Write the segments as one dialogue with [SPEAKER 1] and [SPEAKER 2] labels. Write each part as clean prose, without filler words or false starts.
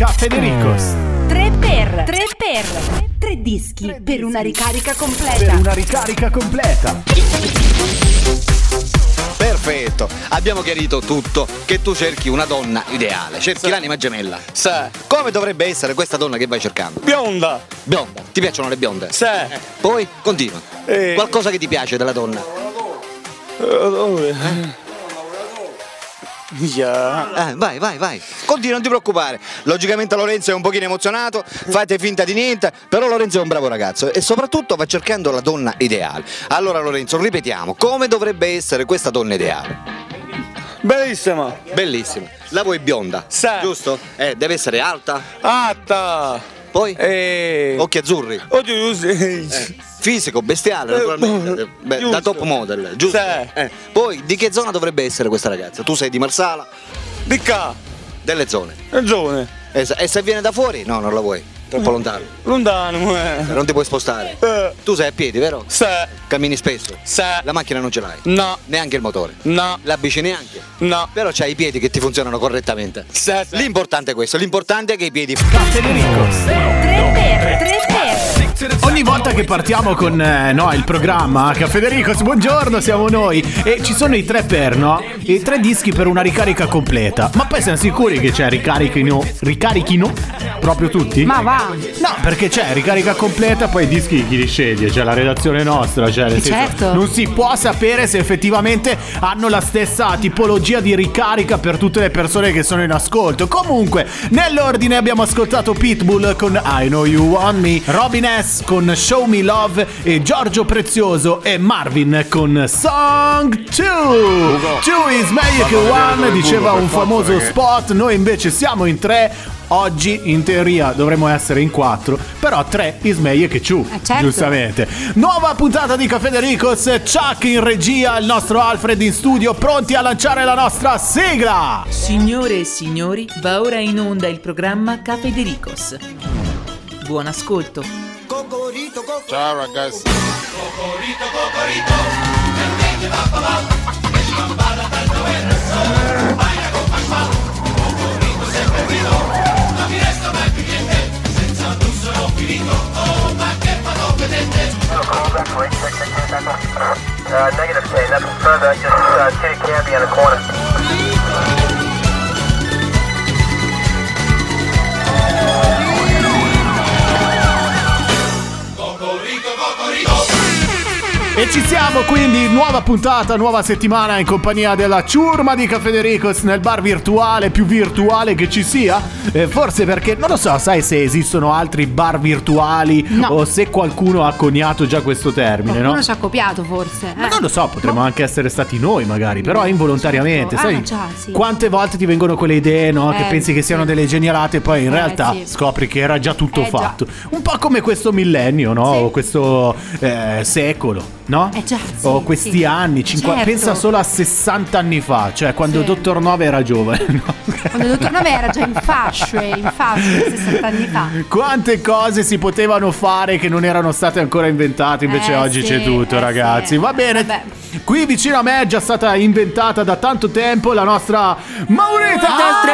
[SPEAKER 1] Federicos.
[SPEAKER 2] 3 per 3 dischi per una ricarica completa.
[SPEAKER 3] Perfetto, abbiamo chiarito tutto, che tu cerchi una donna ideale, cerchi l'anima gemella.
[SPEAKER 4] Sì.
[SPEAKER 3] Come dovrebbe essere questa donna che vai cercando?
[SPEAKER 4] Bionda.
[SPEAKER 3] Bionda, ti piacciono le bionde?
[SPEAKER 4] Sì.
[SPEAKER 3] Poi, continua. Qualcosa che ti piace della donna? Vai. Continua, non ti preoccupare. Logicamente Lorenzo è un pochino emozionato, fate finta di niente, però Lorenzo è un bravo ragazzo e soprattutto va cercando la donna ideale. Allora Lorenzo, ripetiamo, come dovrebbe essere questa donna ideale?
[SPEAKER 4] Bellissima.
[SPEAKER 3] Bellissima. La vuoi bionda?
[SPEAKER 4] Sì.
[SPEAKER 3] Giusto? Deve essere alta.
[SPEAKER 4] Alta.
[SPEAKER 3] Poi? Occhi azzurri.
[SPEAKER 4] Oddio,
[SPEAKER 3] Fisico, bestiale, naturalmente. Da top model, giusto?
[SPEAKER 4] Sì.
[SPEAKER 3] Poi, di che zona dovrebbe essere questa ragazza? Tu sei di Marsala?
[SPEAKER 4] Di qua.
[SPEAKER 3] Delle zone.
[SPEAKER 4] Zone.
[SPEAKER 3] E se viene da fuori? No, non la vuoi. Troppo lontano.
[SPEAKER 4] Lontano,
[SPEAKER 3] Non ti puoi spostare. Tu sei a piedi, vero?
[SPEAKER 4] Sì.
[SPEAKER 3] Cammini spesso?
[SPEAKER 4] Sì.
[SPEAKER 3] La macchina non ce l'hai?
[SPEAKER 4] No.
[SPEAKER 3] Neanche il motore?
[SPEAKER 4] No.
[SPEAKER 3] La bici neanche?
[SPEAKER 4] No.
[SPEAKER 3] Però c'hai i piedi che ti funzionano correttamente.
[SPEAKER 4] Sì.
[SPEAKER 3] L'importante è questo, l'importante è che i piedi...
[SPEAKER 1] Federicos.
[SPEAKER 2] 3 per
[SPEAKER 1] Ogni volta che partiamo con il programma Federicos, buongiorno, siamo noi. E ci sono i 3 per, no? I 3 dischi per una ricarica completa. Ma poi siamo sicuri che ricarichino proprio tutti?
[SPEAKER 2] Ma va.
[SPEAKER 1] No, perché c'è ricarica completa, poi i dischi chi li sceglie? C'è la redazione nostra, cioè nel senso,
[SPEAKER 2] certo.
[SPEAKER 1] non si può sapere se effettivamente hanno la stessa tipologia di ricarica per tutte le persone che sono in ascolto. Comunque, nell'ordine abbiamo ascoltato Pitbull con I Know You Want Me, Robin S con Show Me Love e Giorgio Prezioso e Marvin con Song 2. 2 is meglio che 1, diceva un famoso spot. Noi invece siamo in 3. Oggi in teoria dovremmo essere in 4, però 3 is meglio che 2,
[SPEAKER 2] certo.
[SPEAKER 1] Giustamente. Nuova puntata di Federicos, Chuck in regia, il nostro Alfred in studio, pronti a lanciare la nostra sigla.
[SPEAKER 5] Signore e signori, va ora in onda il programma Federicos. Buon ascolto.
[SPEAKER 4] Ciao ragazzi.
[SPEAKER 6] Negative, say nothing further, just take Candy in the corner.
[SPEAKER 1] E ci siamo quindi, nuova puntata, nuova settimana in compagnia della ciurma di Federicos nel bar virtuale, più virtuale che ci sia. Forse perché, non lo so, sai se esistono altri bar virtuali,
[SPEAKER 2] no,
[SPEAKER 1] o se qualcuno ha coniato già questo termine,
[SPEAKER 2] qualcuno
[SPEAKER 1] no?
[SPEAKER 2] ci ha copiato forse.
[SPEAKER 1] Ma non lo so, potremmo anche essere stati noi magari, però involontariamente,
[SPEAKER 2] certo.
[SPEAKER 1] sai
[SPEAKER 2] Già, sì.
[SPEAKER 1] quante volte ti vengono quelle idee, no? Che pensi che siano delle genialate e poi in realtà
[SPEAKER 2] sì,
[SPEAKER 1] scopri che era già tutto fatto.
[SPEAKER 2] già.
[SPEAKER 1] Un po' come questo millennio, no?
[SPEAKER 2] Sì.
[SPEAKER 1] O questo secolo, no?
[SPEAKER 2] Già, sì,
[SPEAKER 1] o questi
[SPEAKER 2] sì.
[SPEAKER 1] anni,
[SPEAKER 2] Certo.
[SPEAKER 1] pensa solo a 60 anni fa, cioè quando
[SPEAKER 2] Sì.
[SPEAKER 1] Dottor Nove era giovane, no?
[SPEAKER 2] Quando il dottor Nove era già in fasce 60 anni fa.
[SPEAKER 1] Quante cose si potevano fare che non erano state ancora inventate, invece oggi
[SPEAKER 2] sì,
[SPEAKER 1] c'è tutto, ragazzi.
[SPEAKER 2] sì.
[SPEAKER 1] Va bene.
[SPEAKER 2] Vabbè.
[SPEAKER 1] Qui vicino a me è già stata inventata da tanto tempo la nostra Maurita.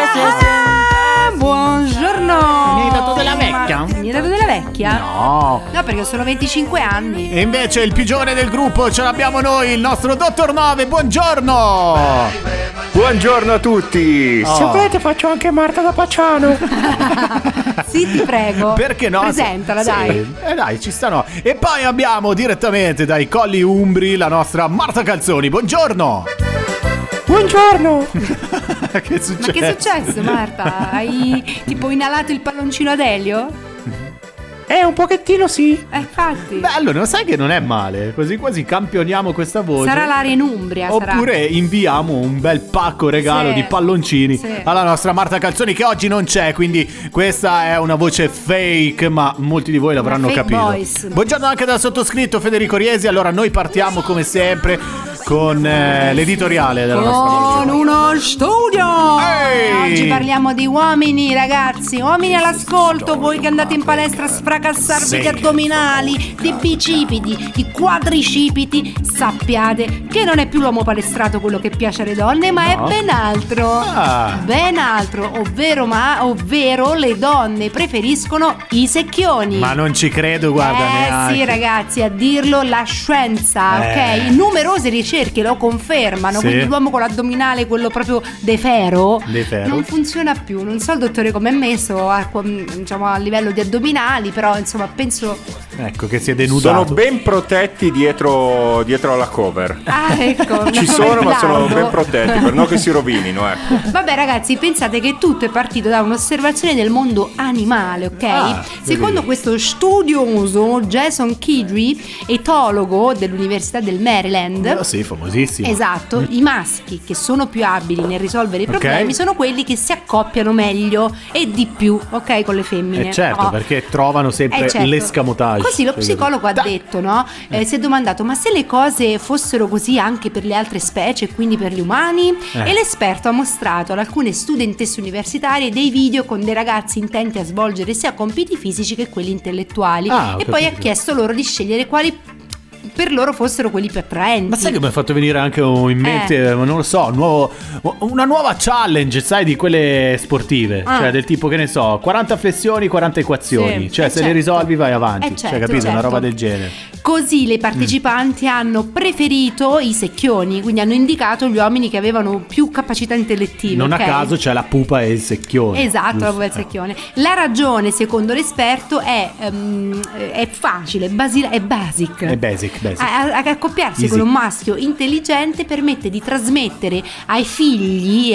[SPEAKER 2] Buongiorno.
[SPEAKER 1] Mi hai dato della vecchia?
[SPEAKER 2] Mi hai dato della vecchia?
[SPEAKER 1] No.
[SPEAKER 2] No, perché sono 25 anni.
[SPEAKER 1] E invece il pigione del gruppo ce l'abbiamo noi, il nostro Dottor Nove. Buongiorno.
[SPEAKER 7] Buongiorno a tutti.
[SPEAKER 1] Oh.
[SPEAKER 7] Se volete faccio anche Marta da Pacciano.
[SPEAKER 2] Sì, ti prego.
[SPEAKER 1] Perché no?
[SPEAKER 2] Presentala,
[SPEAKER 1] Sì.
[SPEAKER 2] dai.
[SPEAKER 1] Dai, ci stanno. E poi abbiamo direttamente dai Colli Umbri la nostra Marta Calzoni. Buongiorno.
[SPEAKER 7] Buongiorno.
[SPEAKER 1] Che succede?
[SPEAKER 2] Ma che è successo, Marta? Hai tipo inalato il palloncino ad Elio?
[SPEAKER 7] Un pochettino sì.
[SPEAKER 2] Infatti.
[SPEAKER 1] Bello, non sai che non è male. Così quasi campioniamo questa voce.
[SPEAKER 2] Sarà l'aria in Umbria.
[SPEAKER 1] Oppure inviamo un bel pacco regalo
[SPEAKER 2] Sì.
[SPEAKER 1] di palloncini
[SPEAKER 2] Sì.
[SPEAKER 1] alla nostra Marta Calzoni, che oggi non c'è, quindi questa è una voce fake, ma molti di voi l'avranno
[SPEAKER 2] fake
[SPEAKER 1] capito.
[SPEAKER 2] voice.
[SPEAKER 1] Buongiorno anche dal sottoscritto Federico Riesi. Allora noi partiamo come sempre con l'editoriale della nostra
[SPEAKER 2] Con uno studio.
[SPEAKER 1] Ehi!
[SPEAKER 2] Oggi parliamo di uomini, ragazzi. Uomini all'ascolto, voi che andate in palestra a sfracassarvi gli addominali, di bicipiti, di quadricipiti, sappiate che non è più l'uomo palestrato quello che piace alle donne, ma è ben altro. Ben altro, ovvero le donne preferiscono i secchioni.
[SPEAKER 1] Ma non ci credo, guarda, neanche.
[SPEAKER 2] Sì, ragazzi, a dirlo la scienza, ok? Numerose ricerche lo confermano.
[SPEAKER 1] Sì.
[SPEAKER 2] Quindi l'uomo con l'addominale, quello proprio de ferro, non funziona più. Non so il dottore come è messo a livello di addominali, però insomma penso.
[SPEAKER 1] Ecco che si è denudato.
[SPEAKER 7] Sono ben protetti dietro alla cover.
[SPEAKER 2] Ah, ecco.
[SPEAKER 7] Ci sono, ma sono ben protetti per non che si rovinino, ecco.
[SPEAKER 2] Vabbè, ragazzi, pensate che tutto è partito da un'osservazione del mondo animale, ok? Secondo questo studioso Jason Kidry, etologo dell'Università del Maryland.
[SPEAKER 1] Sì, famosissimo.
[SPEAKER 2] Esatto, i maschi che sono più abili nel risolvere i problemi sono quelli che si accoppiano meglio e di più, ok, con le femmine.
[SPEAKER 1] Certo, perché trovano sempre l'escamotage.
[SPEAKER 2] Così lo psicologo ha detto, no? Si è domandato, ma se le cose fossero così anche per le altre specie, quindi per gli umani? E l'esperto ha mostrato ad alcune studentesse universitarie dei video con dei ragazzi intenti a svolgere sia compiti fisici che quelli intellettuali. E poi ha chiesto loro di scegliere quali per loro fossero quelli più attraenti.
[SPEAKER 1] Ma sai che mi ha fatto venire anche in mente, non lo so, una nuova challenge, sai, di quelle sportive. Cioè del tipo, che ne so, 40 flessioni, 40 equazioni. Cioè se le risolvi vai avanti. Cioè, capito? Una roba del genere.
[SPEAKER 2] Così le partecipanti hanno preferito i secchioni, quindi hanno indicato gli uomini che avevano più capacità intellettive.
[SPEAKER 1] Non a caso c'è la pupa e il secchione.
[SPEAKER 2] Esatto, la pupa e il secchione. La ragione, secondo l'esperto, è facile, è basic.
[SPEAKER 1] È basic.
[SPEAKER 2] Accoppiarsi con un maschio intelligente permette di trasmettere ai figli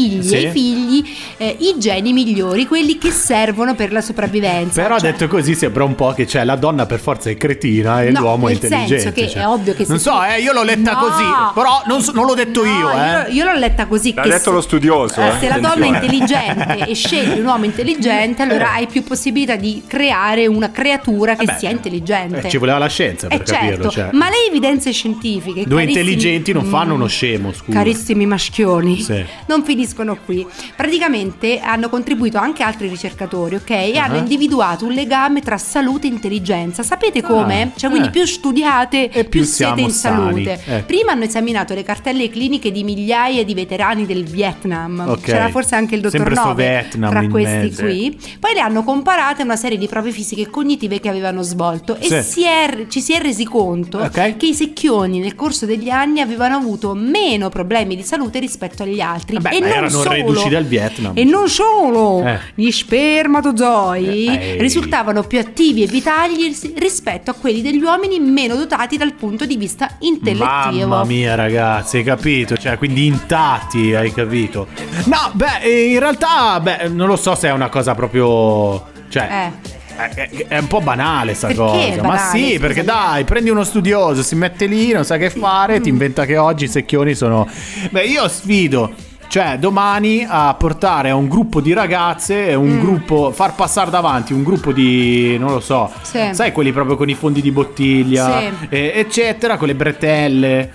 [SPEAKER 2] i geni migliori, quelli che servono per la sopravvivenza.
[SPEAKER 1] Però detto così sembra un po' che la donna per forza è cretina e l'uomo è intelligente.
[SPEAKER 2] Nel senso che è ovvio che
[SPEAKER 1] non so, io l'ho letta così, però non l'ho detto io.
[SPEAKER 2] Io l'ho letta così.
[SPEAKER 7] L'ha detto lo studioso.
[SPEAKER 2] Se la donna è intelligente e scegli un uomo intelligente, allora hai più possibilità di creare una creatura che sia intelligente.
[SPEAKER 1] Ci voleva la scienza per capirlo.
[SPEAKER 2] Ma le evidenze scientifiche,
[SPEAKER 1] due intelligenti non fanno uno scemo, scusa.
[SPEAKER 2] Carissimi maschioni, non finiscono qui. Praticamente hanno contribuito anche altri ricercatori, ok? E hanno individuato un legame tra salute e intelligenza. Sapete come? Cioè, quindi più studiate e più siete in salute. Prima hanno esaminato le cartelle cliniche di migliaia di veterani del Vietnam. C'era forse anche il dottor Nove tra questi qui. Poi le hanno comparate a una serie di prove fisiche e cognitive che avevano svolto e ci si è resi conto che i secchioni nel corso degli anni avevano avuto meno problemi di salute rispetto agli altri.
[SPEAKER 1] Erano reduci dal Vietnam.
[SPEAKER 2] E non solo, gli spermatozoi risultavano più attivi e vitali rispetto a quelli degli uomini meno dotati dal punto di vista intellettivo.
[SPEAKER 1] Mamma mia, ragazzi, hai capito? Cioè, quindi intatti, hai capito? No, in realtà, non lo so se è una cosa proprio, cioè è un po' banale sta cosa. Ma sì, perché dai, prendi uno studioso, si mette lì, non sa che fare, ti inventa che oggi i secchioni sono. Io sfido, cioè domani, a portare a un gruppo di ragazze, far passare davanti un gruppo di, non lo so, sai, quelli proprio con i fondi di bottiglia, eccetera, con le bretelle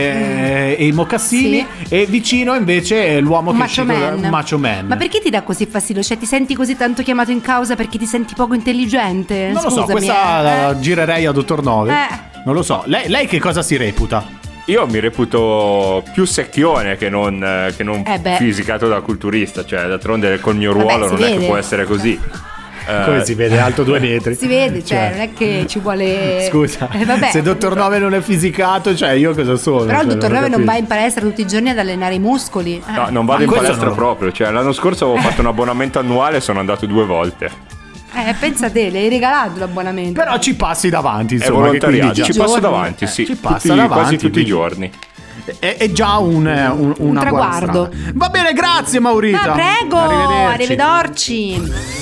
[SPEAKER 1] e i mocassini, e vicino invece l'uomo che è macho man.
[SPEAKER 2] Ma perché ti dà così fastidio? Cioè, ti senti così tanto chiamato in causa perché ti senti poco intelligente?
[SPEAKER 1] Non lo so, questa la girerei a Dottor Nove. Non lo so, lei che cosa si reputa?
[SPEAKER 7] Io mi reputo più secchione che non fisicato da culturista. Cioè, d'altronde col mio ruolo non è che può essere così.
[SPEAKER 1] Come si vede, alto 2 metri.
[SPEAKER 2] Si vede, cioè non è che ci vuole.
[SPEAKER 1] Scusa, se Dottor Nove non è fisicato, cioè io cosa sono?
[SPEAKER 2] Però il Dottor Nove non va in palestra tutti i giorni ad allenare i muscoli.
[SPEAKER 7] No, non vado in palestra proprio. Cioè, l'anno scorso avevo fatto un abbonamento annuale e sono andato 2 volte.
[SPEAKER 2] Pensa te, le hai regalato l'abbonamento.
[SPEAKER 1] Però ci passi davanti, insomma.
[SPEAKER 7] È volontariato, ci passo davanti, sì.
[SPEAKER 1] Ci passa davanti,
[SPEAKER 7] quasi tutti i giorni.
[SPEAKER 1] È già un
[SPEAKER 2] traguardo.
[SPEAKER 1] Va bene, grazie Maurita.
[SPEAKER 2] Ma prego, arrivederci.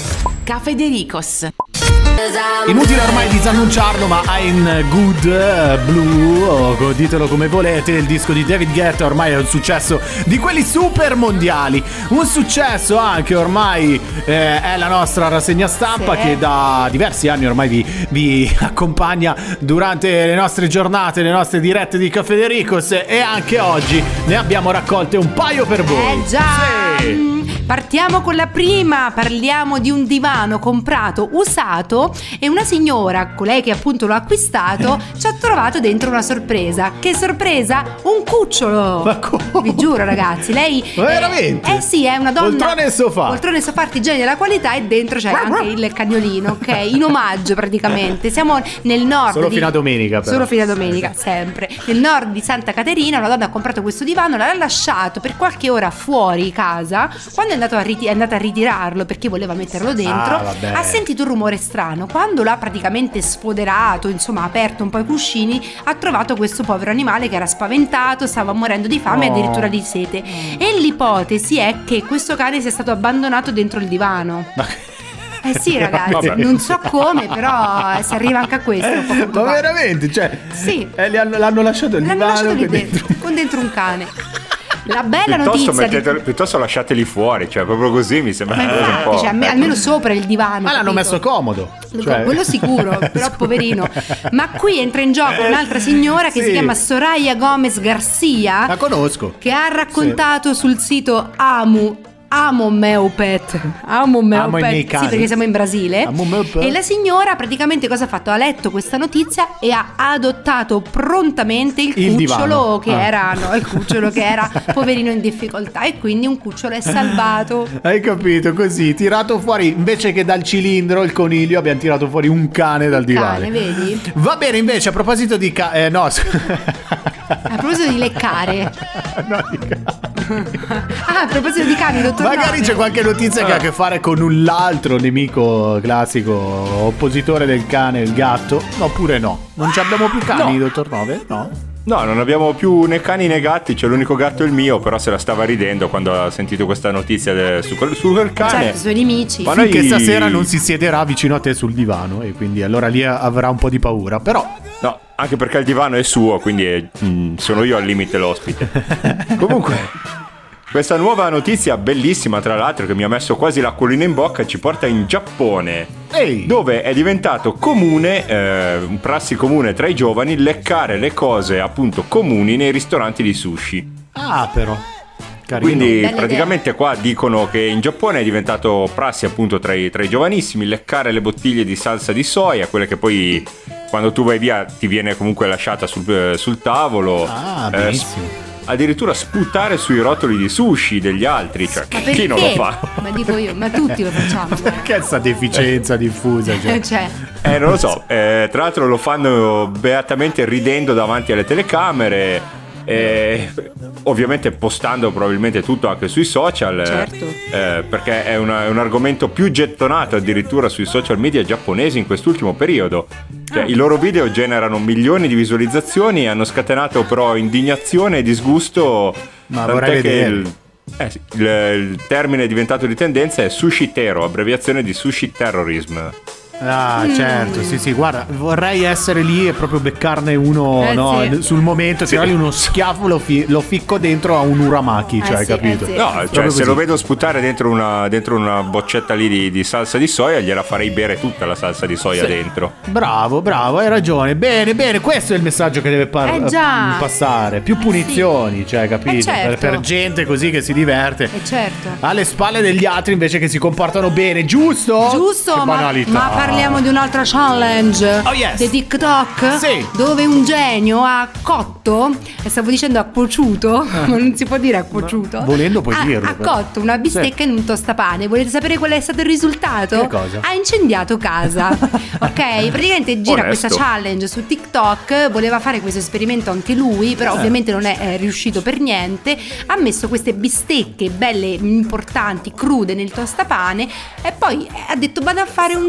[SPEAKER 5] Cafedericos.
[SPEAKER 1] Inutile ormai disannunciarlo, ma I'm Good Blue, o ditelo come volete, il disco di David Guetta ormai è un successo di quelli super mondiali. Un successo anche ormai è la nostra rassegna stampa, che da diversi anni ormai vi accompagna durante le nostre giornate, le nostre dirette di Cafedericos, e anche oggi ne abbiamo raccolte un paio per voi.
[SPEAKER 2] Già! Sì. Partiamo con la prima, parliamo di un divano comprato usato e una signora, colei che appunto l'ha acquistato, ci ha trovato dentro una sorpresa. Che sorpresa? Un cucciolo!
[SPEAKER 1] Ma come?
[SPEAKER 2] Vi giuro ragazzi, lei...
[SPEAKER 1] Ma veramente?
[SPEAKER 2] Sì, è una donna...
[SPEAKER 1] Poltrone e sofà
[SPEAKER 2] artigiani della qualità, e dentro c'è anche il cagnolino, ok? In omaggio praticamente. Siamo nel nord
[SPEAKER 1] Solo fino a domenica però.
[SPEAKER 2] Solo fino a domenica, sempre. Nel nord di Santa Caterina una donna ha comprato questo divano, l'ha lasciato per qualche ora fuori casa. Quando è andata a ritirarlo perché voleva metterlo dentro, ha sentito un rumore strano. Quando l'ha praticamente sfoderato, insomma ha aperto un po' i cuscini, ha trovato questo povero animale che era spaventato, stava morendo di fame e addirittura di sete. E l'ipotesi è che questo cane sia stato abbandonato dentro il divano. Sì ragazzi, non so come, però si arriva anche a questo.
[SPEAKER 1] Ma veramente? Cioè,
[SPEAKER 2] sì.
[SPEAKER 1] L'hanno lasciato il divano
[SPEAKER 2] lì dentro un cane. La bella notizia
[SPEAKER 7] piuttosto lasciateli fuori, cioè proprio così mi sembra un po'.
[SPEAKER 2] Cioè, almeno sopra il divano.
[SPEAKER 1] Ma l'hanno messo comodo, cioè.
[SPEAKER 2] Quello sicuro, però poverino. Ma qui entra in gioco un'altra signora che si chiama Soraya Gomez Garcia.
[SPEAKER 1] La conosco.
[SPEAKER 2] Che ha raccontato sul sito Amo meu pet. Sì, perché siamo in Brasile. E la signora praticamente cosa ha fatto? Ha letto questa notizia e ha adottato prontamente il cucciolo che era il cucciolo che era poverino in difficoltà, e quindi un cucciolo è salvato.
[SPEAKER 1] Hai capito? Così, tirato fuori, invece che dal cilindro il coniglio, abbiamo tirato fuori un cane dal divano.
[SPEAKER 2] Cane, vedi?
[SPEAKER 1] Va bene, invece a proposito di
[SPEAKER 2] a proposito di leccare. A proposito di cani, dottor
[SPEAKER 1] Magari c'è qualche notizia che ha a che fare con un altro nemico classico, oppositore del cane, il gatto. No, oppure no. Non ci abbiamo più cani, dottor Nove? No.
[SPEAKER 7] No, non abbiamo più né cani né gatti, c'è l'unico gatto il mio, però se la stava ridendo quando ha sentito questa notizia su quel cane.
[SPEAKER 2] Certo, suoi nemici.
[SPEAKER 1] Ma finché stasera non si siederà vicino a te sul divano, e quindi allora lì avrà un po' di paura, però...
[SPEAKER 7] No, anche perché il divano è suo, quindi sono io al limite l'ospite. Comunque... Questa nuova notizia bellissima, tra l'altro, che mi ha messo quasi l'acquolina in bocca, ci porta in Giappone, dove è diventato comune, un prassi comune tra i giovani, leccare le cose appunto comuni nei ristoranti di sushi.
[SPEAKER 1] Ah, però. Carino.
[SPEAKER 7] Quindi
[SPEAKER 2] bella
[SPEAKER 7] praticamente idea. Qua dicono che in Giappone è diventato prassi appunto tra i giovanissimi leccare le bottiglie di salsa di soia, quelle che poi quando tu vai via ti viene comunque lasciata sul tavolo.
[SPEAKER 1] Ah, benissimo.
[SPEAKER 7] Addirittura sputare sui rotoli di sushi degli altri, cioè chi non lo fa?
[SPEAKER 2] Ma dico io, ma tutti lo facciamo.
[SPEAKER 1] Perché questa deficienza diffusa?
[SPEAKER 7] Non lo so, tra l'altro lo fanno beatamente ridendo davanti alle telecamere. Ovviamente postando probabilmente tutto anche sui social,
[SPEAKER 2] certo.
[SPEAKER 7] Perché è un argomento più gettonato addirittura sui social media giapponesi in quest'ultimo periodo. Cioè, i loro video generano milioni di visualizzazioni e hanno scatenato però indignazione e disgusto.
[SPEAKER 1] Ma vorrei vedere.
[SPEAKER 7] Il termine diventato di tendenza è sushitero, abbreviazione di sushi terrorism.
[SPEAKER 1] Ah, certo, sì, guarda, vorrei essere lì e proprio beccarne uno sul momento, tirargli uno schiaffo, lo ficco dentro a un uramaki, cioè, capito?
[SPEAKER 7] No, cioè, se lo vedo sputare dentro una boccetta lì di salsa di soia, gliela farei bere tutta la salsa di soia dentro.
[SPEAKER 1] Bravo, hai ragione. Bene, questo è il messaggio che deve passare. Più punizioni, cioè, capito?
[SPEAKER 2] Certo.
[SPEAKER 1] Per gente così che si diverte.
[SPEAKER 2] Certo.
[SPEAKER 1] Alle spalle degli altri invece che si comportano bene, giusto?
[SPEAKER 2] Giusto,
[SPEAKER 1] che banalità.
[SPEAKER 2] ma parliamo di un'altra challenge di TikTok, dove un genio ha cotto, e stavo dicendo ha cuociuto, ma non si può dire ha cuociuto.
[SPEAKER 1] Volendo puoi dirlo.
[SPEAKER 2] Ha cotto una bistecca in un tostapane. Volete sapere qual è stato il risultato?
[SPEAKER 1] Che cosa?
[SPEAKER 2] Ha incendiato casa. Ok, praticamente gira questa challenge su TikTok. Voleva fare questo esperimento anche lui, però ovviamente non è riuscito per niente. Ha messo queste bistecche belle, importanti, crude nel tostapane, e poi ha detto vado a fare un salto al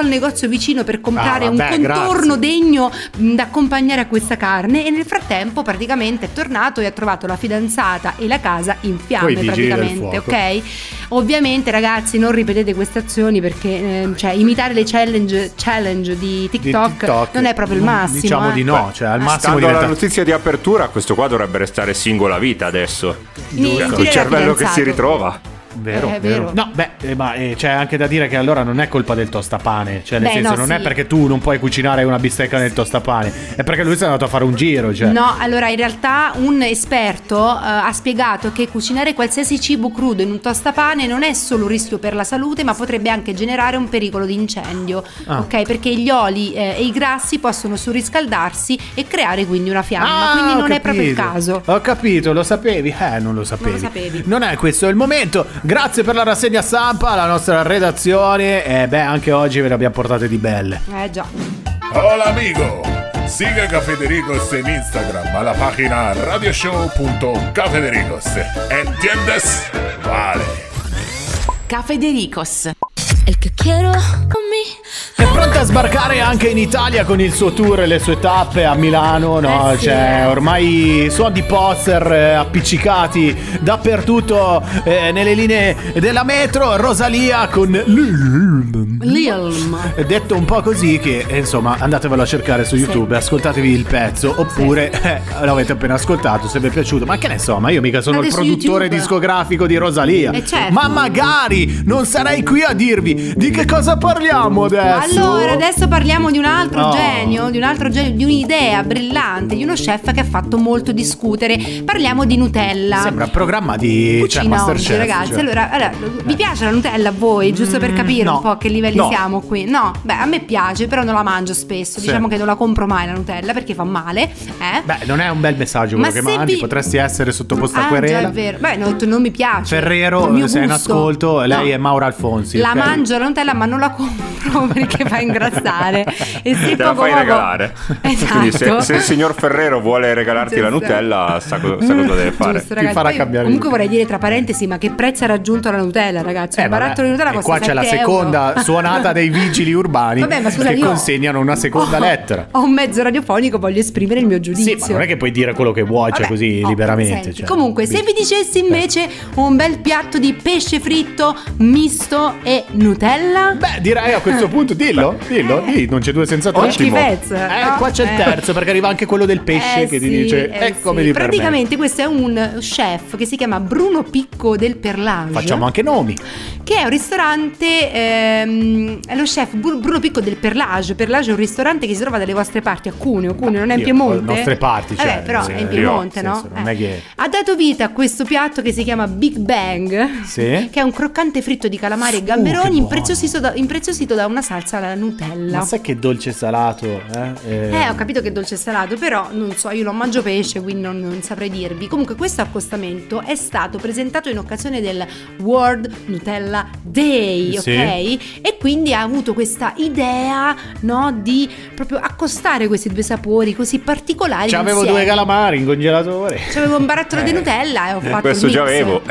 [SPEAKER 2] negozio vicino per comprare
[SPEAKER 1] vabbè,
[SPEAKER 2] un contorno
[SPEAKER 1] grazie.
[SPEAKER 2] degno da accompagnare a questa carne, e nel frattempo praticamente è tornato e ha trovato la fidanzata e la casa in fiamme,
[SPEAKER 1] Coi vigili del
[SPEAKER 2] praticamente,
[SPEAKER 1] fuoco.
[SPEAKER 2] ok? Ovviamente ragazzi non ripetete queste azioni, perché cioè imitare le challenge di TikTok non è proprio il massimo.
[SPEAKER 1] Diciamo di no, cioè al massimo
[SPEAKER 7] Stando alla
[SPEAKER 1] diventa...
[SPEAKER 7] notizia di apertura, questo qua dovrebbe restare singola vita adesso. Col
[SPEAKER 2] Era
[SPEAKER 7] cervello che si
[SPEAKER 2] fidanzato.
[SPEAKER 7] ritrova.
[SPEAKER 1] Vero,
[SPEAKER 2] È vero.
[SPEAKER 1] No, beh, ma c'è anche da dire che allora non è colpa del tostapane, cioè nel
[SPEAKER 2] Beh,
[SPEAKER 1] senso
[SPEAKER 2] no,
[SPEAKER 1] non
[SPEAKER 2] sì.
[SPEAKER 1] è perché tu non puoi cucinare una bistecca nel tostapane, è perché lui si è andato a fare un giro, cioè.
[SPEAKER 2] No, allora in realtà un esperto ha spiegato che cucinare qualsiasi cibo crudo in un tostapane non è solo un rischio per la salute, ma potrebbe anche generare un pericolo di incendio, ok? Perché gli oli e i grassi possono surriscaldarsi e creare quindi una fiamma, quindi non è proprio il caso.
[SPEAKER 1] Ho capito, lo sapevi? Non lo sapevi.
[SPEAKER 2] Non lo sapevi.
[SPEAKER 1] Non è questo il momento. Grazie per la rassegna stampa, la nostra redazione. E beh, anche oggi ve ne abbiamo portate di belle.
[SPEAKER 2] Già.
[SPEAKER 8] Hola amigo, sigue Cafedericos en Instagram a la página radioshow.cafedericos. ¿Entiendes? Vale.
[SPEAKER 5] Cafedericos.
[SPEAKER 9] El que quiero conmigo.
[SPEAKER 1] È pronta a sbarcare anche in Italia con il suo tour e le sue tappe a Milano, no?
[SPEAKER 2] Sì.
[SPEAKER 1] Cioè, ormai suoni di poster appiccicati dappertutto nelle linee della metro. Rosalia con
[SPEAKER 2] Lilm.
[SPEAKER 1] detto un po' così che, insomma, andatevelo a cercare su YouTube, ascoltatevi il pezzo, oppure l'avete appena ascoltato, se vi è piaciuto. Ma che ne so, ma io mica sono il
[SPEAKER 2] Adesso
[SPEAKER 1] produttore
[SPEAKER 2] YouTube.
[SPEAKER 1] discografico di Rosalia.
[SPEAKER 2] Certo.
[SPEAKER 1] Ma magari non sarei qui a dirvi di che cosa parliamo adesso.
[SPEAKER 2] Allora, adesso parliamo di un altro
[SPEAKER 1] No.
[SPEAKER 2] genio, di un'idea brillante, di uno chef che ha fatto molto discutere. Parliamo di Nutella.
[SPEAKER 1] Sembra un programma di
[SPEAKER 2] Cucina
[SPEAKER 1] Masterchef,
[SPEAKER 2] oggi, ragazzi.
[SPEAKER 1] cioè.
[SPEAKER 2] Allora, vi piace la Nutella a voi? Giusto per capire
[SPEAKER 1] no.
[SPEAKER 2] un po' a che livelli
[SPEAKER 1] No.
[SPEAKER 2] siamo qui. No, beh, a me piace, però non la mangio spesso.
[SPEAKER 1] Sì.
[SPEAKER 2] Diciamo che non la compro mai la Nutella perché fa male.
[SPEAKER 1] Beh, non è un bel messaggio
[SPEAKER 2] Ma
[SPEAKER 1] quello che
[SPEAKER 2] se
[SPEAKER 1] mandi,
[SPEAKER 2] vi-
[SPEAKER 1] potresti essere sottoposta a
[SPEAKER 2] Già,
[SPEAKER 1] querela.
[SPEAKER 2] è vero. Beh, non mi piace. Il
[SPEAKER 1] Ferrero,
[SPEAKER 2] mio
[SPEAKER 1] sei in
[SPEAKER 2] gusto.
[SPEAKER 1] ascolto, lei
[SPEAKER 2] No.
[SPEAKER 1] è Maura Alfonsi.
[SPEAKER 2] La
[SPEAKER 1] ok?
[SPEAKER 2] mangio la Nutella, ma non la compro perché fa ingrassare. E se
[SPEAKER 7] Te la
[SPEAKER 2] poco
[SPEAKER 7] fai
[SPEAKER 2] poco-
[SPEAKER 7] regalare.
[SPEAKER 2] Esatto.
[SPEAKER 7] Quindi se il signor Ferrero vuole regalarti la
[SPEAKER 2] Giusto.
[SPEAKER 7] Nutella, sa cosa deve fare.
[SPEAKER 2] Giusto, ragazzi.
[SPEAKER 1] farà
[SPEAKER 2] Poi,
[SPEAKER 1] cambiare
[SPEAKER 2] comunque
[SPEAKER 1] idea.
[SPEAKER 2] vorrei dire tra parentesi, ma che prezzo ha raggiunto la Nutella, ragazzi? Un
[SPEAKER 1] vabbè.
[SPEAKER 2] barattolo di Nutella
[SPEAKER 1] E
[SPEAKER 2] costa
[SPEAKER 1] qua c'è la
[SPEAKER 2] 7
[SPEAKER 1] seconda
[SPEAKER 2] euro.
[SPEAKER 1] suonata dei vigili urbani.
[SPEAKER 2] Vabbè, ma scusa,
[SPEAKER 1] che
[SPEAKER 2] io
[SPEAKER 1] consegnano una seconda lettera.
[SPEAKER 2] Ho un mezzo radiofonico, voglio esprimere il mio giudizio.
[SPEAKER 1] Sì, ma non è che puoi dire quello che vuoi, cioè
[SPEAKER 2] Vabbè,
[SPEAKER 1] così
[SPEAKER 2] oh,
[SPEAKER 1] liberamente.
[SPEAKER 2] senti,
[SPEAKER 1] cioè.
[SPEAKER 2] comunque, se vi dicessi invece un bel piatto di pesce fritto misto e Nutella?
[SPEAKER 1] Beh, direi a questo punto, dillo, non c'è due senza tre.
[SPEAKER 2] Che schifezza, no?
[SPEAKER 1] Qua c'è il terzo, perché arriva anche quello del pesce che ti
[SPEAKER 2] sì,
[SPEAKER 1] dice come
[SPEAKER 2] sì.
[SPEAKER 1] li permetti.
[SPEAKER 2] Praticamente questo è un chef che si chiama Bruno Picco del Perlage.
[SPEAKER 1] Facciamo anche nomi.
[SPEAKER 2] Che è un ristorante, è lo chef Bruno Picco del Perlage. Perlage è un ristorante che si trova dalle vostre parti, a Cuneo non è in
[SPEAKER 1] Dio,
[SPEAKER 2] Piemonte.
[SPEAKER 1] nostre parti, cioè,
[SPEAKER 2] Vabbè, però
[SPEAKER 1] sì,
[SPEAKER 2] è in Piemonte,
[SPEAKER 1] nel
[SPEAKER 2] no?
[SPEAKER 1] senso, non è che-
[SPEAKER 2] Ha dato vita a questo piatto che si chiama Big Bang,
[SPEAKER 1] Sì.
[SPEAKER 2] che è un croccante fritto di calamari e
[SPEAKER 1] che
[SPEAKER 2] gamberoni
[SPEAKER 1] buono.
[SPEAKER 2] impreziosito da una salsa alla Nutella.
[SPEAKER 1] Ma sai che dolce salato?
[SPEAKER 2] Ho capito che è dolce e salato, però non so, io non mangio pesce, quindi non saprei dirvi. Comunque questo accostamento è stato presentato in occasione del World Nutella Day, ok?
[SPEAKER 1] Sì.
[SPEAKER 2] E quindi ha avuto questa idea, no, di proprio accostare questi due sapori così particolari.
[SPEAKER 1] C'avevo
[SPEAKER 2] insieme.
[SPEAKER 1] due calamari in congelatore.
[SPEAKER 2] C'avevo un barattolo di Nutella e ho fatto
[SPEAKER 7] Questo
[SPEAKER 2] il
[SPEAKER 7] già
[SPEAKER 2] mix.
[SPEAKER 7] avevo.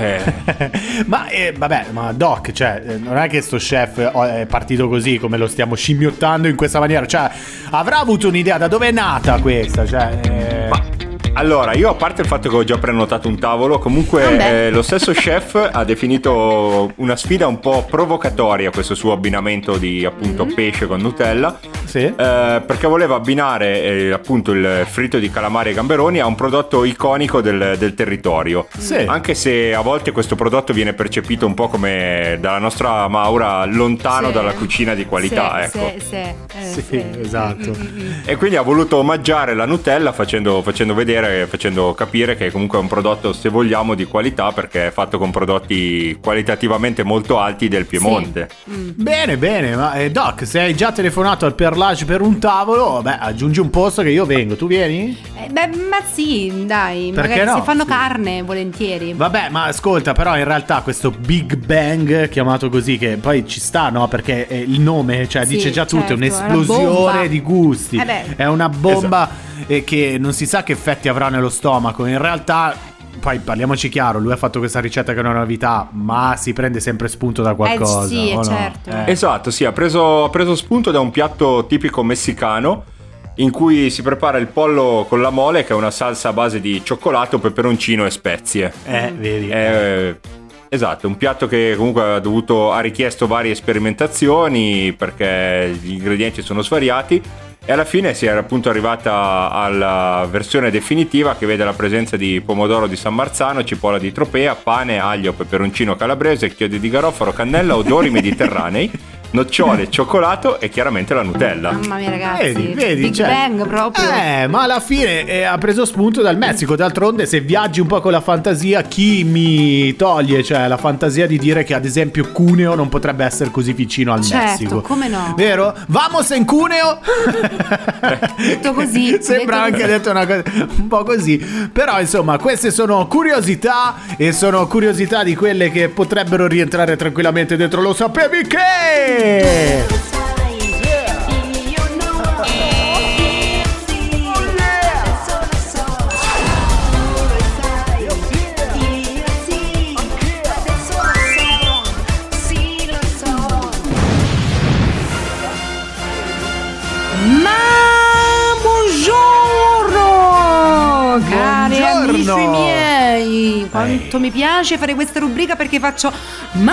[SPEAKER 1] Ma vabbè, ma Doc, cioè, non è che sto chef è partito così come lo stiamo scimmiottando in questa maniera. Cioè, avrà avuto un'idea da dove è nata questa? Cioè,
[SPEAKER 7] Allora, io a parte il fatto che ho già prenotato un tavolo, comunque lo stesso chef ha definito una sfida un po' provocatoria questo suo abbinamento di appunto pesce con Nutella.
[SPEAKER 1] Sì.
[SPEAKER 7] Perché voleva abbinare appunto il fritto di calamari e gamberoni a un prodotto iconico del territorio.
[SPEAKER 1] Sì.
[SPEAKER 7] Anche se a volte questo prodotto viene percepito un po' come dalla nostra Maura lontano
[SPEAKER 2] Sì.
[SPEAKER 7] dalla cucina di qualità,
[SPEAKER 2] Sì,
[SPEAKER 7] ecco.
[SPEAKER 2] sì,
[SPEAKER 1] esatto.
[SPEAKER 7] E quindi ha voluto omaggiare la Nutella facendo capire che comunque è un prodotto, se vogliamo, di qualità, perché è fatto con prodotti qualitativamente molto alti del Piemonte.
[SPEAKER 1] Bene, ma Doc, se hai già telefonato al Perlage per un tavolo, beh, aggiungi un posto che io vengo. Tu vieni?
[SPEAKER 2] Ma sì, dai,
[SPEAKER 1] Perché
[SPEAKER 2] magari
[SPEAKER 1] no?
[SPEAKER 2] se fanno
[SPEAKER 1] Sì.
[SPEAKER 2] carne, volentieri.
[SPEAKER 1] Vabbè, ma ascolta, però in realtà questo Big Bang, chiamato così, che poi ci sta, no? Perché il nome, cioè,
[SPEAKER 2] Sì,
[SPEAKER 1] dice già tutto, è
[SPEAKER 2] certo, è una
[SPEAKER 1] un'esplosione
[SPEAKER 2] bomba.
[SPEAKER 1] di gusti.
[SPEAKER 2] Beh.
[SPEAKER 1] È una bomba che non si sa che effetti avrà nello stomaco. In realtà poi parliamoci chiaro, lui ha fatto questa ricetta che è una novità, ma si prende sempre spunto da qualcosa.
[SPEAKER 2] Sì,
[SPEAKER 1] no?
[SPEAKER 2] certo.
[SPEAKER 7] Esatto, sì, ha preso spunto da un piatto tipico messicano in cui si prepara il pollo con la mole, che è una salsa a base di cioccolato, peperoncino e spezie.
[SPEAKER 1] Vedi.
[SPEAKER 7] Esatto, un piatto che comunque ha richiesto varie sperimentazioni perché gli ingredienti sono svariati e alla fine si era appunto arrivata alla versione definitiva, che vede la presenza di pomodoro di San Marzano, cipolla di Tropea, pane, aglio, peperoncino calabrese, chiodi di garofalo, cannella, odori mediterranei, nocciole, cioccolato e chiaramente la Nutella.
[SPEAKER 2] Mamma mia, ragazzi,
[SPEAKER 1] vedi,
[SPEAKER 2] Big Bang proprio.
[SPEAKER 1] Ma alla fine ha preso spunto dal Messico. D'altronde, se viaggi un po' con la fantasia, chi mi toglie, cioè, la fantasia di dire che ad esempio Cuneo non potrebbe essere così vicino al Messico?
[SPEAKER 2] Come no?
[SPEAKER 1] Vero? Vamos en Cuneo.
[SPEAKER 2] Detto così.
[SPEAKER 1] Sembra anche detto una cosa un po' così. Però insomma, queste sono curiosità, e sono curiosità di quelle che potrebbero rientrare tranquillamente dentro Lo sapevi che?
[SPEAKER 2] Cari amici miei, quanto mi piace fare questa rubrica, perché faccio ma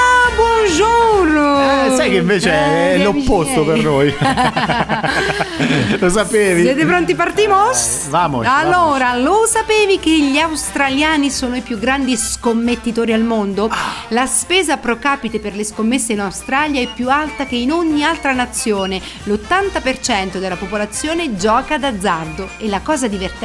[SPEAKER 2] buongiorno.
[SPEAKER 1] Sai che invece è l'opposto per noi. Lo sapevi?
[SPEAKER 2] Siete pronti? Partimos?
[SPEAKER 1] Vamos.
[SPEAKER 2] Allora, lo sapevi che gli australiani sono i più grandi scommettitori al mondo? La spesa pro capite per le scommesse in Australia è più alta che in ogni altra nazione. L'80% della popolazione gioca d'azzardo e la cosa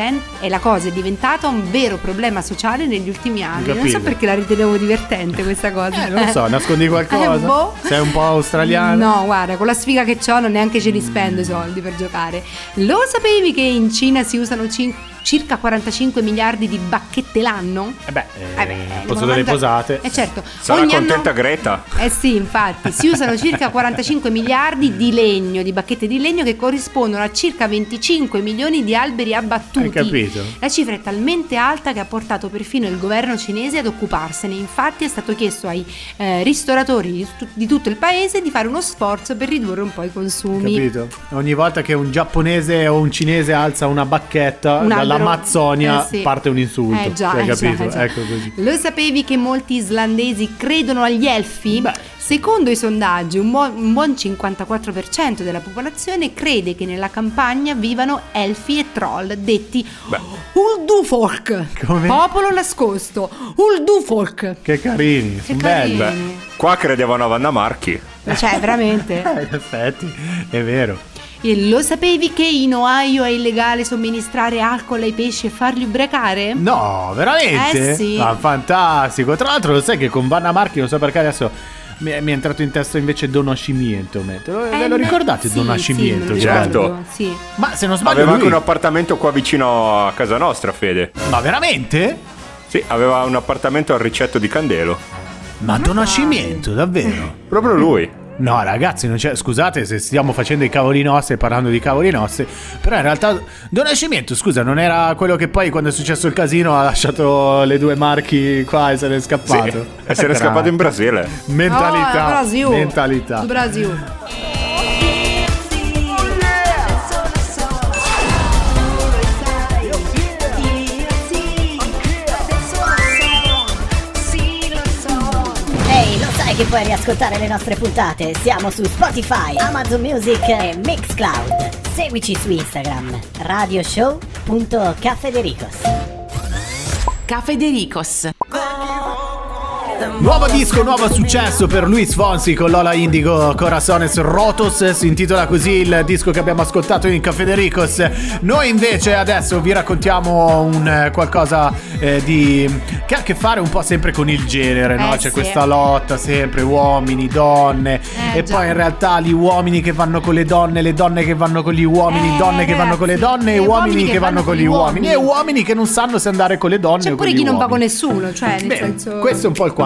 [SPEAKER 2] è diventata un vero problema sociale negli ultimi anni. Non so perché la ritenevo divertente questa cosa.
[SPEAKER 1] Non lo so, nascondi qualcosa? Sei un po' australiano?
[SPEAKER 2] No, guarda, con la sfiga che c'ho non neanche ce li spendo i soldi per giocare. Lo sapevi che in Cina si usano circa 45 miliardi di bacchette l'anno?
[SPEAKER 1] posto delle posate.
[SPEAKER 2] Certo.
[SPEAKER 7] Sarà contenta Greta.
[SPEAKER 2] Sì, infatti, si usano circa 45 miliardi di legno, di bacchette di legno, che corrispondono a circa 25 milioni di alberi abbattuti.
[SPEAKER 1] Hai capito?
[SPEAKER 2] La cifra è talmente alta che ha portato perfino il governo cinese ad occuparsene. Infatti è stato chiesto ai ristoratori di tutto il paese di fare uno sforzo per ridurre un po' i consumi.
[SPEAKER 1] Capito? Ogni volta che un giapponese o un cinese alza una bacchetta dall'Amazzonia parte un insulto.
[SPEAKER 2] Già,
[SPEAKER 1] hai capito?
[SPEAKER 2] Già.
[SPEAKER 1] Ecco così.
[SPEAKER 2] Lo sapevi che molti islandesi credono agli elfi? Secondo i sondaggi, un buon 54% della popolazione crede che nella campagna vivano elfi e troll, detti Uldufolk, popolo nascosto. Uldufolk.
[SPEAKER 1] Che carini, sono belli.
[SPEAKER 7] Qua credevano a Vanna Marchi.
[SPEAKER 2] Cioè, veramente.
[SPEAKER 1] In effetti, è vero.
[SPEAKER 2] E lo sapevi che in Ohio è illegale somministrare alcol ai pesci e farli ubriacare?
[SPEAKER 1] No, veramente?
[SPEAKER 2] Sì.
[SPEAKER 1] Fantastico. Tra l'altro lo sai che con Vanna Marchi, non so perché adesso mi è entrato in testa invece Don Nascimento. Ve lo ricordate? Don Nascimento?
[SPEAKER 2] Sì,
[SPEAKER 7] certo.
[SPEAKER 2] Sì.
[SPEAKER 1] Ma se non sbaglio
[SPEAKER 7] aveva anche un appartamento qua vicino a casa nostra, Fede.
[SPEAKER 1] Ma veramente?
[SPEAKER 7] Sì, aveva un appartamento al Ricetto di Candelo.
[SPEAKER 1] Ma Don Nascimento, davvero?
[SPEAKER 7] Proprio lui.
[SPEAKER 1] No ragazzi, scusate se stiamo facendo i cavoli nostri e parlando di cavoli nostri, però in realtà Don Nascimento, scusa, non era quello che poi quando è successo il casino ha lasciato le due marchi qua e se n'è scappato?
[SPEAKER 7] Sì, e se n'è scappato in Brasile.
[SPEAKER 1] Mentalità.
[SPEAKER 2] Do Brasil.
[SPEAKER 10] Che puoi riascoltare le nostre puntate. Siamo su Spotify, Amazon Music e Mixcloud. Seguici su Instagram, radioshow.cafedericos.
[SPEAKER 5] Cafedericos.
[SPEAKER 1] Nuovo disco, nuovo successo per Luis Fonsi con Lola Indigo, Corazones Rotos, si intitola così il disco che abbiamo ascoltato in Cafedericos. Noi invece adesso vi raccontiamo un qualcosa che ha a che fare un po' sempre con il genere, no? C'è questa lotta sempre uomini, donne e poi in realtà gli uomini che vanno con le donne che vanno con gli uomini, donne che vanno con le donne e uomini che vanno con gli uomini e uomini che non sanno se andare con le donne o con gli uomini.
[SPEAKER 2] C'è pure chi non va con nessuno, cioè nel senso...
[SPEAKER 1] Questo è un po' il quadro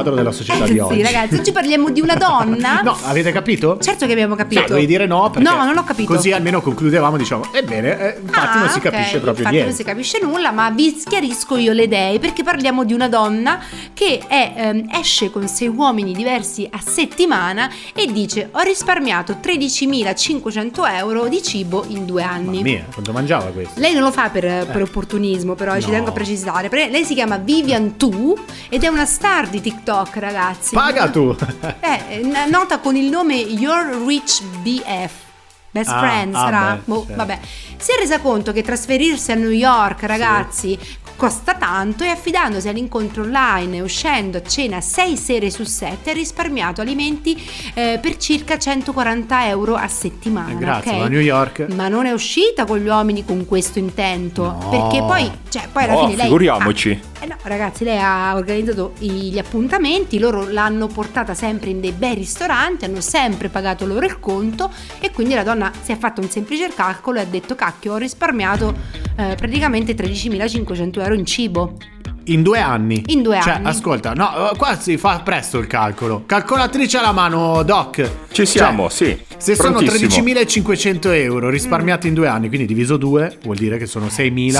[SPEAKER 1] quadro della società di oggi.
[SPEAKER 2] Sì, ragazzi, oggi parliamo di una donna.
[SPEAKER 1] No, avete capito?
[SPEAKER 2] Certo che abbiamo capito.
[SPEAKER 1] Dovevi dire no, perché
[SPEAKER 2] no, non ho capito.
[SPEAKER 1] Così almeno concludevamo, diciamo, ebbene, infatti non si capisce proprio
[SPEAKER 2] infatti
[SPEAKER 1] niente.
[SPEAKER 2] non si capisce nulla, ma vi schiarisco io le idee, perché parliamo di una donna che esce con 6 uomini diversi a settimana e dice: ho risparmiato 13.500 euro di cibo in 2 anni.
[SPEAKER 1] Mamma mia, quanto mangiava questo?
[SPEAKER 2] Lei non lo fa per opportunismo, però ci tengo a precisare. Lei si chiama Vivian Tu ed è una star di TikTok, ragazzi.
[SPEAKER 1] Paga tu!
[SPEAKER 2] Nota con il nome Your Rich BF. Best friend sarà? Certo. Vabbè. Si è resa conto che trasferirsi a New York, ragazzi, costa tanto, e affidandosi all'incontro online e uscendo a cena 6 sere su 7 ha risparmiato alimenti per circa 140 euro a settimana.
[SPEAKER 1] Grazie,
[SPEAKER 2] okay?
[SPEAKER 1] a New York.
[SPEAKER 2] Ma non è uscita con gli uomini con questo intento,
[SPEAKER 1] no.
[SPEAKER 2] Perché poi alla fine lei
[SPEAKER 7] figuriamoci.
[SPEAKER 2] no, ragazzi, lei ha organizzato gli appuntamenti, loro l'hanno portata sempre in dei bei ristoranti, hanno sempre pagato loro il conto, e quindi la donna si è fatta un semplice calcolo e ha detto: cacchio, ho risparmiato praticamente 13.500 euro in cibo.
[SPEAKER 1] In 2 anni?
[SPEAKER 2] In 2
[SPEAKER 1] cioè,
[SPEAKER 2] anni.
[SPEAKER 1] ascolta, no, qua si fa presto il calcolo. Calcolatrice alla mano, Doc.
[SPEAKER 7] Ci siamo, sì.
[SPEAKER 1] Se
[SPEAKER 7] prontissimo.
[SPEAKER 1] sono 13.500 euro risparmiati in 2 anni, quindi diviso 2, vuol dire che sono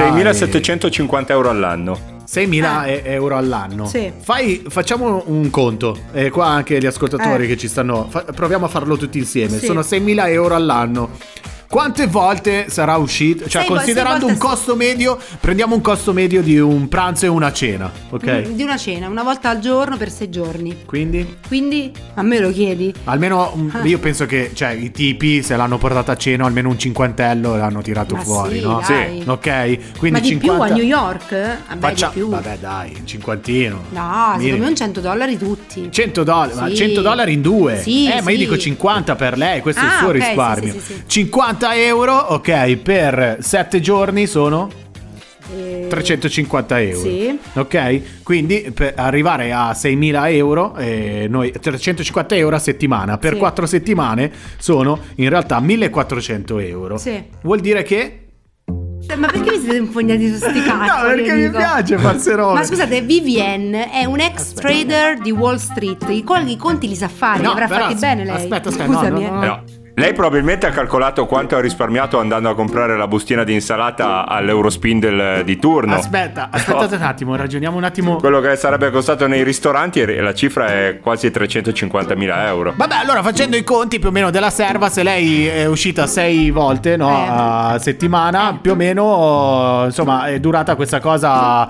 [SPEAKER 7] 6.750 euro all'anno.
[SPEAKER 1] 6.000 euro all'anno.
[SPEAKER 2] Sì.
[SPEAKER 1] Facciamo un conto. Qua anche gli ascoltatori che ci stanno. Proviamo a farlo tutti insieme.
[SPEAKER 2] Sì.
[SPEAKER 1] Sono 6.000 euro all'anno. Quante volte sarà uscito? Cioè, considerando un costo medio, prendiamo un costo medio di un pranzo e una cena, ok?
[SPEAKER 2] Di una cena, una volta al giorno per 6 giorni.
[SPEAKER 1] Quindi
[SPEAKER 2] a me lo chiedi?
[SPEAKER 1] almeno io penso che, cioè, i tipi, se l'hanno portata a cena, almeno un cinquantello l'hanno tirato fuori,
[SPEAKER 2] sì,
[SPEAKER 1] no?
[SPEAKER 2] dai.
[SPEAKER 1] Sì, ok. Quindi
[SPEAKER 2] Ma di
[SPEAKER 1] 50...
[SPEAKER 2] più a New York? Di più.
[SPEAKER 1] Vabbè, dai, un cinquantino.
[SPEAKER 2] No,
[SPEAKER 1] Minimo.
[SPEAKER 2] secondo me un $100 tutti.
[SPEAKER 1] $100, ma
[SPEAKER 2] Sì.
[SPEAKER 1] $100 in 2.
[SPEAKER 2] Sì,
[SPEAKER 1] ma io
[SPEAKER 2] sì.
[SPEAKER 1] dico 50 per lei, questo è il suo
[SPEAKER 2] ok,
[SPEAKER 1] risparmio.
[SPEAKER 2] sì.
[SPEAKER 1] 50 euro, ok, per 7 giorni sono 350 euro.
[SPEAKER 2] Sì.
[SPEAKER 1] Ok? Quindi per arrivare a 6.000 euro, noi 350 euro a settimana. Per
[SPEAKER 2] Sì.
[SPEAKER 1] 4 settimane sono in realtà 1.400 euro.
[SPEAKER 2] Sì.
[SPEAKER 1] Vuol dire che...
[SPEAKER 2] Ma perché vi siete infognati su sti cazzi?
[SPEAKER 1] No, perché mi piace farse robe.
[SPEAKER 2] Ma scusate, Vivian è un ex trader di Wall Street. I conti li sa fare, li avrà fatti bene lei.
[SPEAKER 1] Aspetta,
[SPEAKER 2] Scusami,
[SPEAKER 1] no.
[SPEAKER 7] Lei probabilmente ha calcolato quanto ha risparmiato andando a comprare la bustina di insalata all'Eurospindle di turno.
[SPEAKER 1] Aspettate un attimo, ragioniamo un attimo.
[SPEAKER 7] Quello che sarebbe costato nei ristoranti, e la cifra è quasi 350.000 euro.
[SPEAKER 1] Vabbè, allora, facendo i conti più o meno della serva, se lei è uscita 6 volte, no, a settimana, più o meno, insomma, è durata questa cosa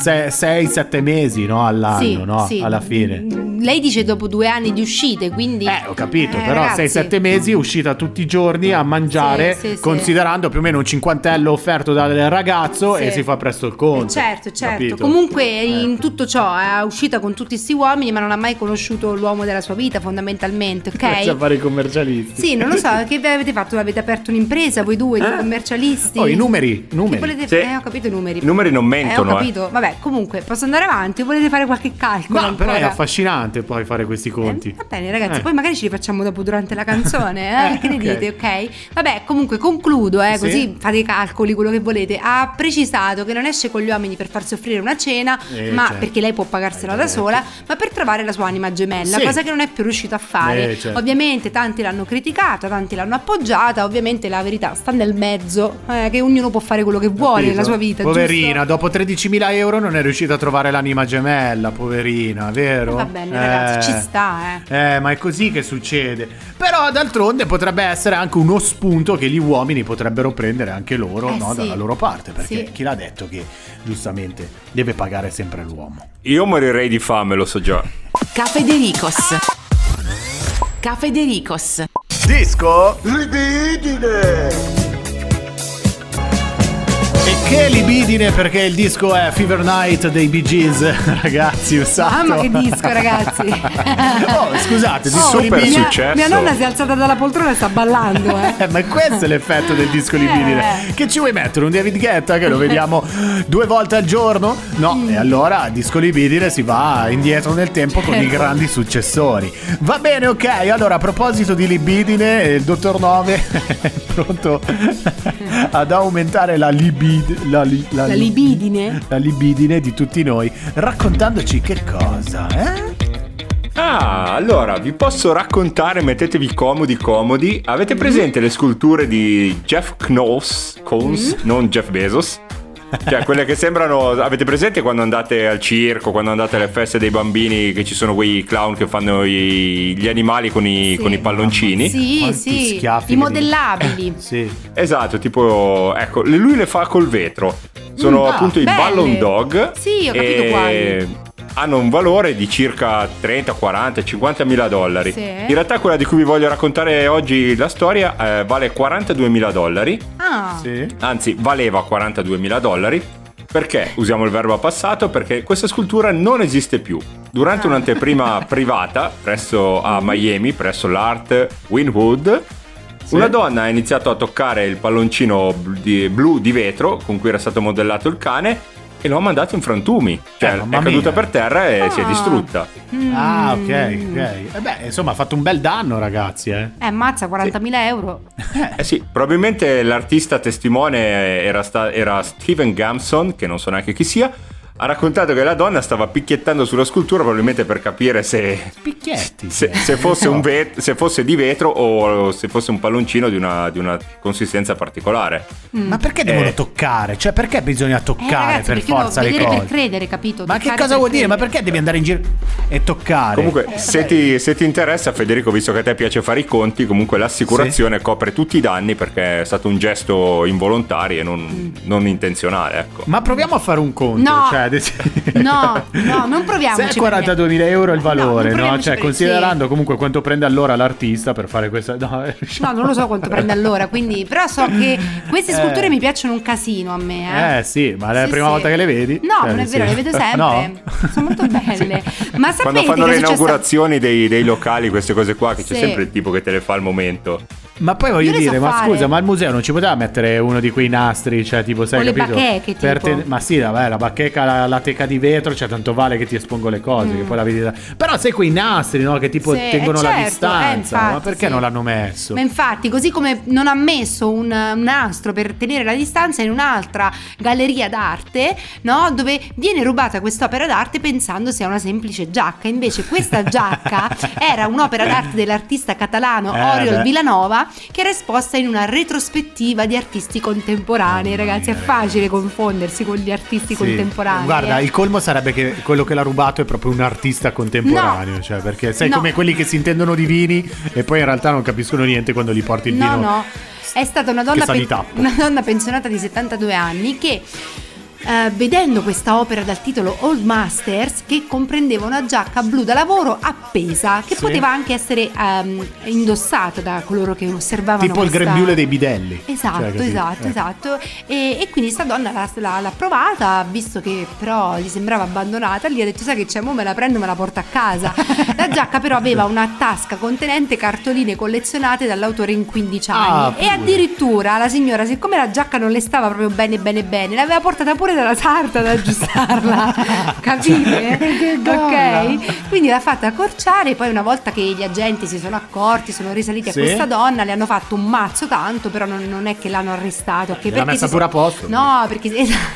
[SPEAKER 1] 6-7 mesi, no, all'anno,
[SPEAKER 2] Sì,
[SPEAKER 1] no,
[SPEAKER 2] sì.
[SPEAKER 1] alla fine.
[SPEAKER 2] Lei dice dopo 2 anni di uscite, quindi
[SPEAKER 1] Ho capito, però
[SPEAKER 2] ragazzi.
[SPEAKER 1] 6-7 mesi uscita tutti i giorni a mangiare,
[SPEAKER 2] Sì,
[SPEAKER 1] considerando più o meno un cinquantello offerto dal ragazzo,
[SPEAKER 2] Sì.
[SPEAKER 1] e si fa presto il conto.
[SPEAKER 2] Certo.
[SPEAKER 1] Capito?
[SPEAKER 2] Comunque in tutto ciò è uscita con tutti sti uomini, ma non ha mai conosciuto l'uomo della sua vita, fondamentalmente, ok?
[SPEAKER 1] Grazie a fare i commercialisti.
[SPEAKER 2] Sì, non lo so, che avete fatto? Avete aperto un'impresa voi due, di commercialisti?
[SPEAKER 1] Oh, i numeri.
[SPEAKER 2] Che volete...
[SPEAKER 7] Sì.
[SPEAKER 2] Ho capito i numeri.
[SPEAKER 7] I numeri non mentono,
[SPEAKER 2] Ho capito. Vabbè, comunque, posso andare avanti? O volete fare qualche calcolo?
[SPEAKER 1] No, però è
[SPEAKER 2] ancora?
[SPEAKER 1] affascinante poi fare questi conti.
[SPEAKER 2] Va bene, ragazzi, poi magari ci rifacciamo dopo durante la canzone, che ne
[SPEAKER 1] ok.
[SPEAKER 2] dite, ok? Vabbè, comunque concludo,
[SPEAKER 1] Sì.
[SPEAKER 2] così fate i calcoli, quello che volete. Ha precisato che non esce con gli uomini per farsi offrire una cena, ma
[SPEAKER 1] certo.
[SPEAKER 2] perché lei può pagarsela da sola, ma per trovare la sua anima gemella,
[SPEAKER 1] Sì.
[SPEAKER 2] cosa che non è più riuscito a fare.
[SPEAKER 1] Certo.
[SPEAKER 2] Ovviamente tanti l'hanno criticata, tanti l'hanno appoggiata, ovviamente la verità sta nel mezzo, che ognuno può fare quello che vuole
[SPEAKER 1] Capito?
[SPEAKER 2] nella sua vita,
[SPEAKER 1] Poverina,
[SPEAKER 2] giusto?
[SPEAKER 1] dopo 13.000 euro non è riuscita a trovare l'anima gemella, poverina, vero?
[SPEAKER 2] Va bene, ragazzi, ci sta,
[SPEAKER 1] ma è così che succede. Però d'altronde potrebbe essere anche uno spunto che gli uomini potrebbero prendere anche loro, no,
[SPEAKER 2] sì.
[SPEAKER 1] dalla loro parte, perché
[SPEAKER 2] Sì.
[SPEAKER 1] chi l'ha detto che giustamente deve pagare sempre l'uomo.
[SPEAKER 7] Io morirei di fame, lo so già.
[SPEAKER 5] Cafedericos. Cafedericos.
[SPEAKER 1] Disco? E che libidine, perché il disco è Fever Night dei Bee Gees, ragazzi, un sacco.
[SPEAKER 2] Mamma che disco, ragazzi.
[SPEAKER 1] Oh, scusate, di
[SPEAKER 7] super
[SPEAKER 1] libidine.
[SPEAKER 7] successo.
[SPEAKER 2] Mia nonna si è alzata dalla poltrona e sta ballando,
[SPEAKER 1] Ma questo è l'effetto del disco libidine. Che ci vuoi mettere? Un David Guetta che lo vediamo 2 volte al giorno? No, e allora a disco libidine si va indietro nel tempo con i grandi successori. Va bene, ok. Allora, a proposito di libidine, il dottor Nove è pronto ad aumentare la libidine. La
[SPEAKER 2] libidine?
[SPEAKER 1] La libidine di tutti noi, raccontandoci che cosa,
[SPEAKER 7] Allora vi posso raccontare, mettetevi comodi. Avete presente le sculture di Jeff Koons, non Jeff Bezos? Cioè quelle che sembrano, avete presente quando andate al circo, quando andate alle feste dei bambini, che ci sono quei clown che fanno gli animali con i palloncini?
[SPEAKER 2] Sì, i modellabili.
[SPEAKER 1] Sì.
[SPEAKER 7] Esatto, tipo, ecco, lui le fa col vetro. Sono appunto i Ballon Dog.
[SPEAKER 2] Sì, ho capito quali.
[SPEAKER 7] Hanno un valore di circa 30, 40, 50.000 dollari.
[SPEAKER 2] Sì.
[SPEAKER 7] In realtà quella di cui vi voglio raccontare oggi la storia vale 42.000 dollari.
[SPEAKER 1] Sì.
[SPEAKER 7] Anzi, valeva 42.000 dollari. Perché usiamo il verbo passato? Perché questa scultura non esiste più. Durante un'anteprima privata a Miami, presso l'Art Wynwood, una donna ha iniziato a toccare il palloncino blu di vetro con cui era stato modellato il cane e lo ha mandato in frantumi. Cioè è caduta per terra e si è distrutta.
[SPEAKER 1] Ok. Insomma ha fatto un bel danno, ragazzi.
[SPEAKER 2] Ammazza, 40.000 euro.
[SPEAKER 7] Sì, probabilmente l'artista testimone era Steven Gamson, che non so neanche chi sia. Ha raccontato che la donna stava picchiettando sulla scultura probabilmente per capire se fosse di vetro o se fosse un palloncino di una consistenza particolare.
[SPEAKER 1] Ma perché devono toccare? Cioè perché bisogna toccare, ragazzi, per forza le cose?
[SPEAKER 2] Per credere, capito?
[SPEAKER 1] Ma che cosa vuol dire? Ma perché devi andare in giro e toccare?
[SPEAKER 7] Comunque se ti interessa, Federico, visto che a te piace fare i conti, comunque l'assicurazione copre tutti i danni perché è stato un gesto involontario e non intenzionale, ecco.
[SPEAKER 1] Ma proviamo a fare un conto.
[SPEAKER 2] No, non proviamoci.
[SPEAKER 1] Se è 42.000 euro il valore, no? Cioè considerando comunque quanto prende all'ora l'artista per fare questa... No,
[SPEAKER 2] non lo so quanto prende all'ora, quindi però so che queste sculture mi piacciono un casino a me.
[SPEAKER 1] Sì, ma è la prima volta che le vedi?
[SPEAKER 2] No, non è vero, le vedo sempre. No? Sono molto belle. Ma sapete
[SPEAKER 7] quando fanno le inaugurazioni dei locali, queste cose qua, che c'è sempre il tipo che te le fa al momento.
[SPEAKER 1] Ma poi voglio dire, ma scusa, ma al museo non ci poteva mettere uno di quei nastri, cioè tipo, sai,
[SPEAKER 2] o
[SPEAKER 1] capito?
[SPEAKER 2] Le bacheche, tipo.
[SPEAKER 1] Ma sì, vabbè, la bacheca, la teca di vetro, cioè tanto vale che ti espongo le cose, che poi la vedi. Però sai quei nastri, no, che tipo tengono la distanza,
[SPEAKER 2] infatti,
[SPEAKER 1] ma perché non l'hanno messo?
[SPEAKER 2] Ma infatti, così come non ha messo un nastro per tenere la distanza in un'altra galleria d'arte, no, dove viene rubata quest'opera d'arte pensando sia una semplice giacca. Invece questa giacca era un'opera d'arte dell'artista catalano Oriol Vilanova, che era esposta in una retrospettiva di artisti contemporanei. Ragazzi, è facile confondersi con gli artisti contemporanei.
[SPEAKER 1] Guarda, il colmo sarebbe che quello che l'ha rubato è proprio un artista contemporaneo, cioè perché sai come quelli che si intendono di vini e poi in realtà non capiscono niente quando gli porti il vino.
[SPEAKER 2] No, è stata una donna pensionata di 72 anni che vedendo questa opera dal titolo Old Masters, che comprendeva una giacca blu da lavoro appesa, che poteva anche essere indossata da coloro che osservavano
[SPEAKER 1] tipo il grembiule dei bidelli.
[SPEAKER 2] Esatto. E quindi sta donna l'ha provata, visto che però gli sembrava abbandonata, gli ha detto: sai che c'è, mo me la prendo, me la porto a casa. La giacca però aveva una tasca contenente cartoline collezionate dall'autore in 15 anni e addirittura la signora, siccome la giacca non le stava proprio bene, l'aveva portata pure dalla sarta ad aggiustarla. Capite? Ok, quindi l'ha fatta accorciare. Poi una volta che gli agenti si sono accorti, sono risaliti a questa donna, le hanno fatto un mazzo tanto, però non è che l'hanno arrestato,
[SPEAKER 1] l'ha messa pure a posto.
[SPEAKER 2] No, perché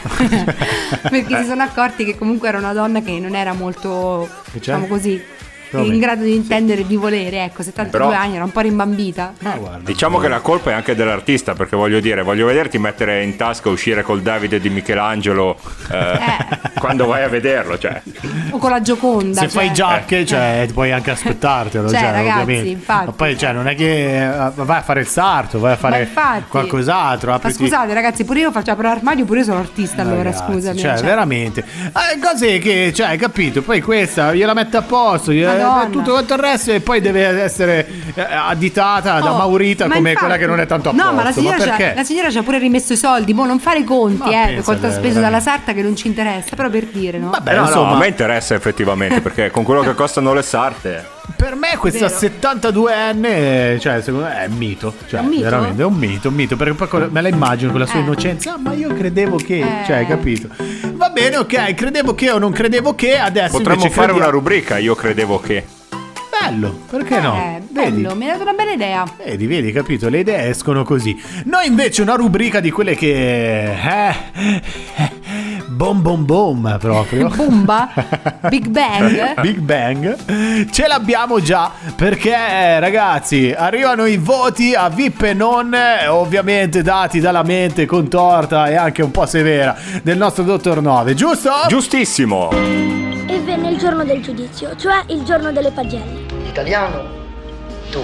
[SPEAKER 2] si sono accorti che comunque era una donna che non era molto, diciamo così, in grado di intendere e di volere, ecco, 72 anni, era un po' rimbambita.
[SPEAKER 7] Diciamo che la colpa è anche dell'artista, perché voglio vederti mettere in tasca, uscire col Davide di Michelangelo quando vai a vederlo, cioè.
[SPEAKER 2] O con la Gioconda.
[SPEAKER 1] Se fai giacche, puoi anche aspettartelo,
[SPEAKER 2] ragazzi,
[SPEAKER 1] ovviamente.
[SPEAKER 2] Infatti.
[SPEAKER 1] Ma poi, non è che vai a fare il sarto, vai a fare qualcos'altro.
[SPEAKER 2] Ma scusate, ragazzi, pure io faccio l'armadio, pure io sono artista, allora, scusami.
[SPEAKER 1] Veramente. Cose che, hai capito, poi questa gliela mette a posto, tutto quanto il resto, e poi deve essere additata da Maurita come quella che non è tanto a posto.
[SPEAKER 2] No, ma la signora ci ha pure rimesso i soldi. Mo non fare conti, quanto ha speso dalla sarta, che non ci interessa, però per dire, no?
[SPEAKER 1] Vabbè,
[SPEAKER 7] insomma, a me interessa effettivamente, perché con quello che costano le sarte.
[SPEAKER 1] Per me questa 72enne, secondo me è un mito, veramente è un mito, perché poi me la immagino con la sua innocenza. Ma io credevo che, hai capito? Va bene, ok, credevo che o non credevo che, adesso
[SPEAKER 7] potremmo fare una rubrica, io credevo che.
[SPEAKER 1] Bello, perché no?
[SPEAKER 2] Bello, mi ha dato una bella idea.
[SPEAKER 1] Vedi, capito? Le idee escono così. Noi invece una rubrica di quelle che Boom boom boom proprio.
[SPEAKER 2] Bomba? Big Bang?
[SPEAKER 1] Big Bang. Ce l'abbiamo già, perché ragazzi arrivano i voti a VIP e non, ovviamente dati dalla mente contorta e anche un po' severa del nostro Dottor 9, giusto?
[SPEAKER 7] Giustissimo.
[SPEAKER 9] E venne il giorno del giudizio, cioè il giorno delle pagelle.
[SPEAKER 11] Italiano 2,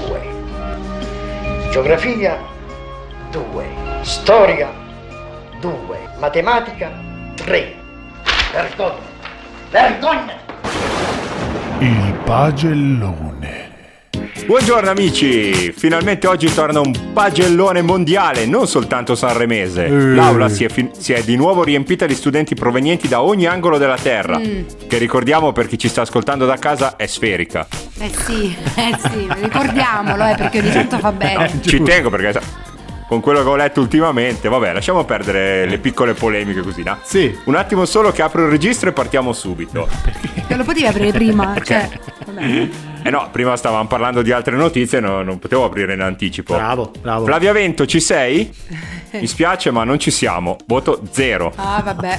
[SPEAKER 11] geografia 2, storia 2, matematica 3. Vergogna! Vergogna!
[SPEAKER 1] Il pagellone.
[SPEAKER 7] Buongiorno amici, finalmente oggi torna un pagellone mondiale, non soltanto sanremese. L'aula si è di nuovo riempita di studenti provenienti da ogni angolo della terra, che ricordiamo per chi ci sta ascoltando da casa è sferica.
[SPEAKER 2] Sì, ricordiamolo, perché ogni tanto fa bene.
[SPEAKER 7] No, ci tengo perché con quello che ho letto ultimamente, vabbè, lasciamo perdere le piccole polemiche così, no?
[SPEAKER 1] Sì.
[SPEAKER 7] Un attimo solo che apro il registro e partiamo subito.
[SPEAKER 2] Perché? Lo potevi aprire prima,
[SPEAKER 7] Perché?
[SPEAKER 2] Vabbè.
[SPEAKER 7] No, prima stavamo parlando di altre notizie, non potevo aprire in anticipo.
[SPEAKER 1] Bravo.
[SPEAKER 7] Flavia Vento, ci sei? Mi spiace, ma non ci siamo. Voto 0.
[SPEAKER 2] Ah, vabbè.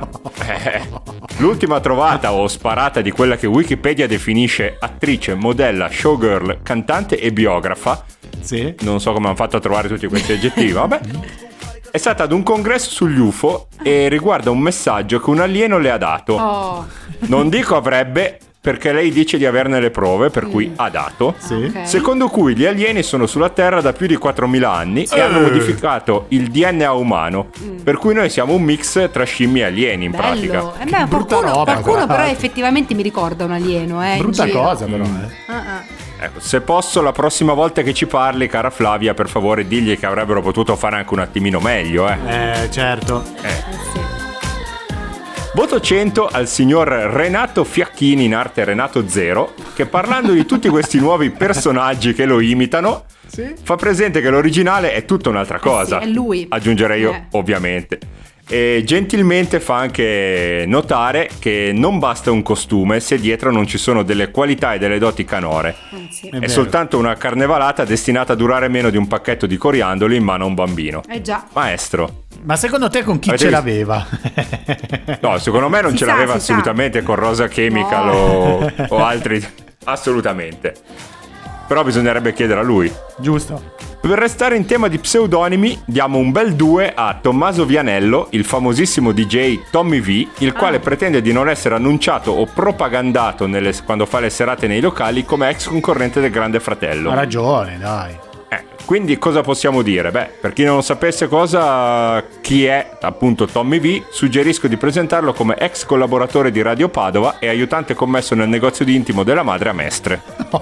[SPEAKER 7] L'ultima trovata o sparata di quella che Wikipedia definisce attrice, modella, showgirl, cantante e biografa.
[SPEAKER 1] Sì.
[SPEAKER 7] Non so come hanno fatto a trovare tutti questi aggettivi, vabbè. È stata ad un congresso sugli UFO e riguarda un messaggio che un alieno le ha dato.
[SPEAKER 2] Oh.
[SPEAKER 7] Non dico avrebbe, perché lei dice di averne le prove, per cui ha dato.
[SPEAKER 1] Sì.
[SPEAKER 2] Okay.
[SPEAKER 7] Secondo cui gli alieni sono sulla Terra da più di 4.000 anni e hanno modificato il DNA umano, per cui noi siamo un mix tra scimmie e alieni in pratica.
[SPEAKER 2] Qualcuno però effettivamente mi ricorda un alieno,
[SPEAKER 1] brutta
[SPEAKER 2] in giro.
[SPEAKER 1] cosa però,
[SPEAKER 7] Ecco, se posso, la prossima volta che ci parli, cara Flavia, per favore digli che avrebbero potuto fare anche un attimino meglio,
[SPEAKER 1] certo.
[SPEAKER 2] Sì.
[SPEAKER 7] Voto 100 al signor Renato Fiacchini, in arte Renato Zero, che parlando di tutti questi nuovi personaggi che lo imitano, fa presente che l'originale è tutta un'altra cosa.
[SPEAKER 2] Sì, è lui.
[SPEAKER 7] Aggiungerei io, ovviamente. E gentilmente fa anche notare che non basta un costume se dietro non ci sono delle qualità e delle doti canore.
[SPEAKER 2] Sì.
[SPEAKER 7] È soltanto una carnevalata destinata a durare meno di un pacchetto di coriandoli in mano a un bambino.
[SPEAKER 2] Già.
[SPEAKER 7] Maestro.
[SPEAKER 1] Ma secondo te con chi ce l'aveva?
[SPEAKER 7] No, secondo me non ce l'aveva assolutamente con Rosa Chemical o altri. Assolutamente. Però bisognerebbe chiedere a lui.
[SPEAKER 1] Giusto.
[SPEAKER 7] Per restare in tema di pseudonimi, diamo un bel 2 a Tommaso Vianello, il famosissimo DJ Tommy V, il quale pretende di non essere annunciato o propagandato quando fa le serate nei locali come ex concorrente del Grande Fratello.
[SPEAKER 1] Ha ragione, dai.
[SPEAKER 7] Quindi cosa possiamo dire? Beh, per chi non lo sapesse chi è appunto Tommy V, suggerisco di presentarlo come ex collaboratore di Radio Padova e aiutante commesso nel negozio di intimo della madre a Mestre.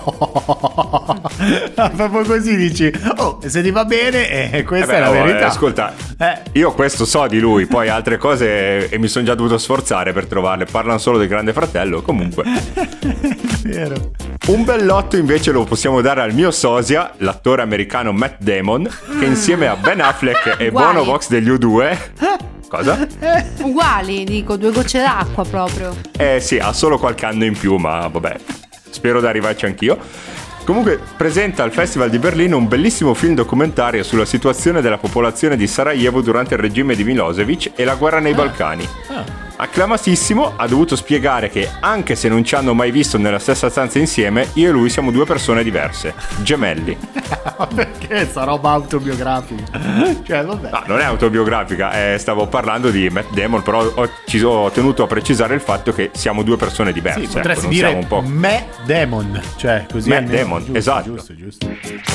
[SPEAKER 1] Proprio così dici, se ti va bene, questa è la verità.
[SPEAKER 7] Ascolta, io questo so di lui, poi altre cose e mi sono già dovuto sforzare per trovarle. Parlano solo del Grande Fratello, comunque.
[SPEAKER 1] Vero.
[SPEAKER 7] Un bell'otto invece lo possiamo dare al mio sosia, l'attore americano Matt Damon, che insieme a Ben Affleck e Bono Vox degli U2... Cosa?
[SPEAKER 2] Uguali, dico, 2 gocce d'acqua proprio.
[SPEAKER 7] Sì, ha solo qualche anno in più, ma vabbè, spero di arrivarci anch'io. Comunque presenta al Festival di Berlino un bellissimo film documentario sulla situazione della popolazione di Sarajevo durante il regime di Milosevic e la guerra nei Balcani. Acclamatissimo, ha dovuto spiegare che anche se non ci hanno mai visto nella stessa stanza insieme, io e lui siamo 2 persone diverse, gemelli.
[SPEAKER 1] Perché sta roba autobiografica? Cioè, vabbè.
[SPEAKER 7] No, non è autobiografica, stavo parlando di Matt Damon, però ho tenuto a precisare il fatto che siamo 2 persone diverse.
[SPEAKER 1] Sì, potresti dire
[SPEAKER 7] un po'...
[SPEAKER 1] Matt Damon, cioè così.
[SPEAKER 7] Matt Damon,
[SPEAKER 1] giusto,
[SPEAKER 7] esatto.
[SPEAKER 1] Giusto.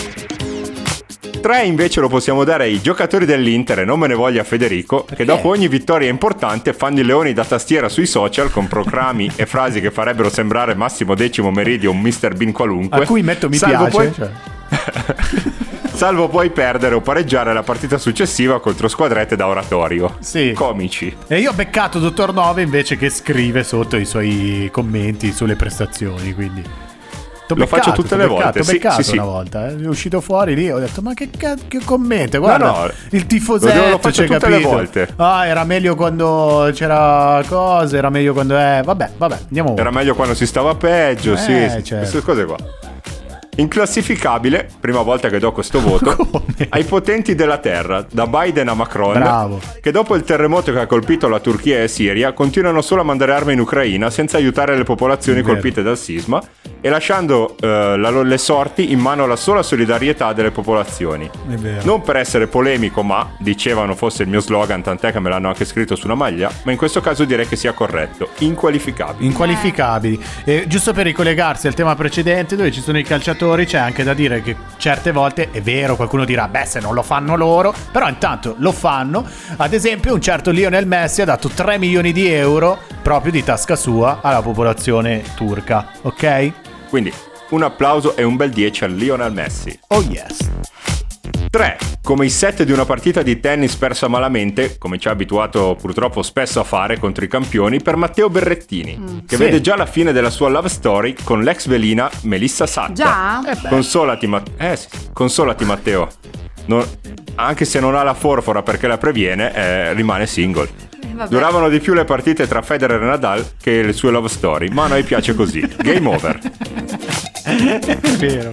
[SPEAKER 7] 3 invece lo possiamo dare ai giocatori dell'Inter, e non me ne voglia Federico, che dopo ogni vittoria importante fanno i leoni da tastiera sui social con proclami e frasi che farebbero sembrare Massimo Decimo Meridio un Mr. Bean qualunque,
[SPEAKER 1] a cui metto mi piace,
[SPEAKER 7] salvo poi perdere o pareggiare la partita successiva contro squadrette da oratorio.
[SPEAKER 1] Sì.
[SPEAKER 7] Comici.
[SPEAKER 1] E io ho beccato Dottor 9 invece che scrive sotto i suoi commenti sulle prestazioni, quindi
[SPEAKER 7] lo faccio tutte le volte.
[SPEAKER 1] Ho beccato
[SPEAKER 7] sì.
[SPEAKER 1] Una volta, è uscito fuori lì, ho detto ma che commento, guarda,
[SPEAKER 7] no,
[SPEAKER 1] il tifosetto,
[SPEAKER 7] lo faccio tutte le volte.
[SPEAKER 1] Era meglio quando c'era cosa, era meglio quando vabbè, andiamo.
[SPEAKER 7] Era meglio quando si stava peggio, sì,
[SPEAKER 1] certo.
[SPEAKER 7] queste cose qua. Inclassificabile, prima volta che do questo voto, ai potenti della terra, da Biden a Macron.
[SPEAKER 1] Bravo.
[SPEAKER 7] Che dopo il terremoto che ha colpito la Turchia e Siria continuano solo a mandare armi in Ucraina senza aiutare le popolazioni colpite dal sisma e lasciando le sorti in mano alla sola solidarietà delle popolazioni.
[SPEAKER 1] È vero.
[SPEAKER 7] Non per essere polemico, ma dicevano fosse il mio slogan, tant'è che me l'hanno anche scritto sulla maglia, ma in questo caso direi che sia corretto. Inqualificabili.
[SPEAKER 1] Giusto per ricollegarsi al tema precedente, dove ci sono i calciatori, c'è anche da dire che certe volte è vero, qualcuno dirà beh, se non lo fanno loro, però intanto lo fanno. Ad esempio un certo Lionel Messi ha dato 3 milioni di euro proprio di tasca sua alla popolazione turca, ok?
[SPEAKER 7] Quindi un applauso e un bel 10 a Lionel Messi.
[SPEAKER 1] Oh yes.
[SPEAKER 7] 3. Come i set di una partita di tennis persa malamente, come ci ha abituato purtroppo spesso a fare contro i campioni, per Matteo Berrettini, che vede già la fine della sua love story con l'ex velina Melissa Satta.
[SPEAKER 2] Già?
[SPEAKER 7] Consolati Matteo. Anche se non ha la forfora perché la previene, rimane single. Duravano di più le partite tra Federer e Nadal che le sue love story, ma a noi piace così. Game over.
[SPEAKER 1] È vero.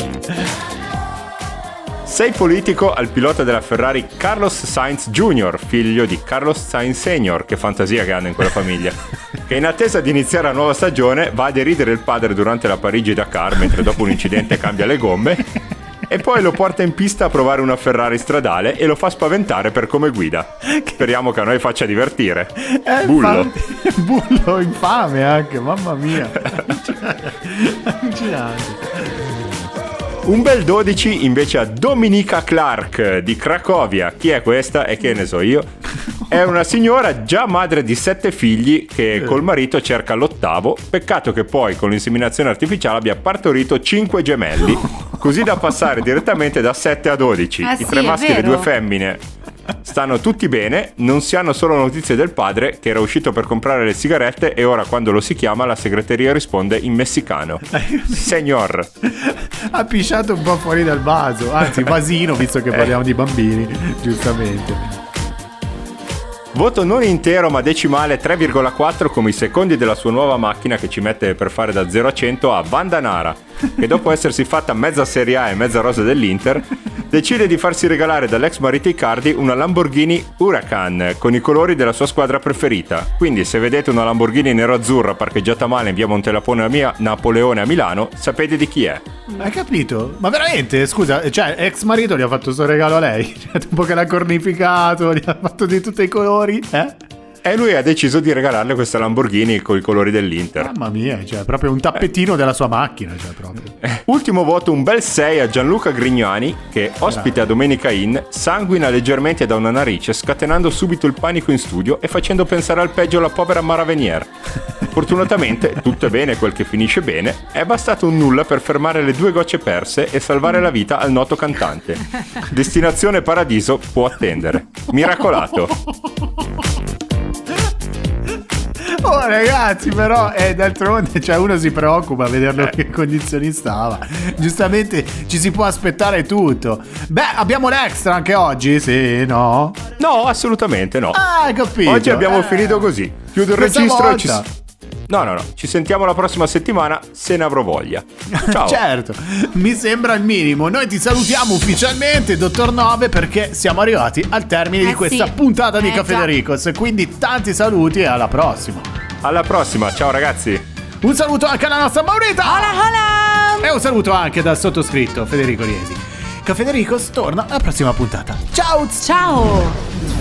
[SPEAKER 7] 6 politico al pilota della Ferrari Carlos Sainz Jr., figlio di Carlos Sainz Sr., che fantasia che hanno in quella famiglia, che in attesa di iniziare la nuova stagione va a deridere il padre durante la Parigi-Dakar mentre dopo un incidente cambia le gomme e poi lo porta in pista a provare una Ferrari stradale e lo fa spaventare per come guida. Speriamo che a noi faccia divertire. Bullo.
[SPEAKER 1] Bullo infame anche, mamma mia. Allucinante.
[SPEAKER 7] Un bel 12 invece a Dominika Clark di Cracovia. Chi è questa? E che ne so io? È una signora già madre di 7 figli che col marito cerca l'8º. Peccato che poi con l'inseminazione artificiale abbia partorito 5 gemelli, così da passare direttamente da 7 a 12. I 3 maschi e le 2 femmine stanno tutti bene, non si hanno solo notizie del padre che era uscito per comprare le sigarette e ora quando lo si chiama la segreteria risponde in messicano. Signor.
[SPEAKER 1] Ha pisciato un po' fuori dal vaso, anzi vasino, visto che parliamo di bambini, giustamente.
[SPEAKER 7] Voto non intero ma decimale 3,4 come i secondi della sua nuova macchina che ci mette per fare da 0 a 100 a Vandanara, che dopo essersi fatta mezza Serie A e mezza rosa dell'Inter decide di farsi regalare dall'ex marito Icardi una Lamborghini Huracan con i colori della sua squadra preferita. Quindi se vedete una Lamborghini nero-azzurra parcheggiata male in via Napoleone a Milano, sapete di chi è.
[SPEAKER 1] Hai capito? Ma veramente? Scusa, cioè ex marito gli ha fatto sto regalo a lei? Cioè, un po' che l'ha cornificato, gli ha fatto di tutti i colori,
[SPEAKER 7] E lui ha deciso di regalarle questa Lamborghini con i colori dell'Inter.
[SPEAKER 1] Mamma mia, cioè proprio un tappetino della sua macchina, cioè proprio.
[SPEAKER 7] Ultimo voto, un bel 6 a Gianluca Grignani, che ospite a Domenica Inn sanguina leggermente da una narice, scatenando subito il panico in studio e facendo pensare al peggio la povera Mara Venier. Fortunatamente, tutto è bene quel che finisce bene, è bastato un nulla per fermare le 2 gocce perse e salvare la vita al noto cantante. Destinazione Paradiso può attendere. Miracolato.
[SPEAKER 1] Oh ragazzi, però d'altronde cioè uno si preoccupa a vederlo che condizioni stava. Giustamente ci si può aspettare tutto. Beh, abbiamo l'extra anche oggi, sì, no?
[SPEAKER 7] No, assolutamente no.
[SPEAKER 1] Ah, capito.
[SPEAKER 7] Oggi abbiamo finito così. Chiudo il registro e No, ci sentiamo la prossima settimana se ne avrò voglia. Ciao.
[SPEAKER 1] Certo, mi sembra il minimo. Noi ti salutiamo ufficialmente, Dottor Nove, perché siamo arrivati al termine di questa puntata di Caffè Dericos. Quindi tanti saluti e alla prossima.
[SPEAKER 7] Alla prossima, ciao ragazzi.
[SPEAKER 1] Un saluto anche alla nostra Maurita.
[SPEAKER 2] Hola.
[SPEAKER 1] E un saluto anche dal sottoscritto Federico Riesi. Caffè Dericos torna alla prossima puntata. Ciao.
[SPEAKER 2] Ciao.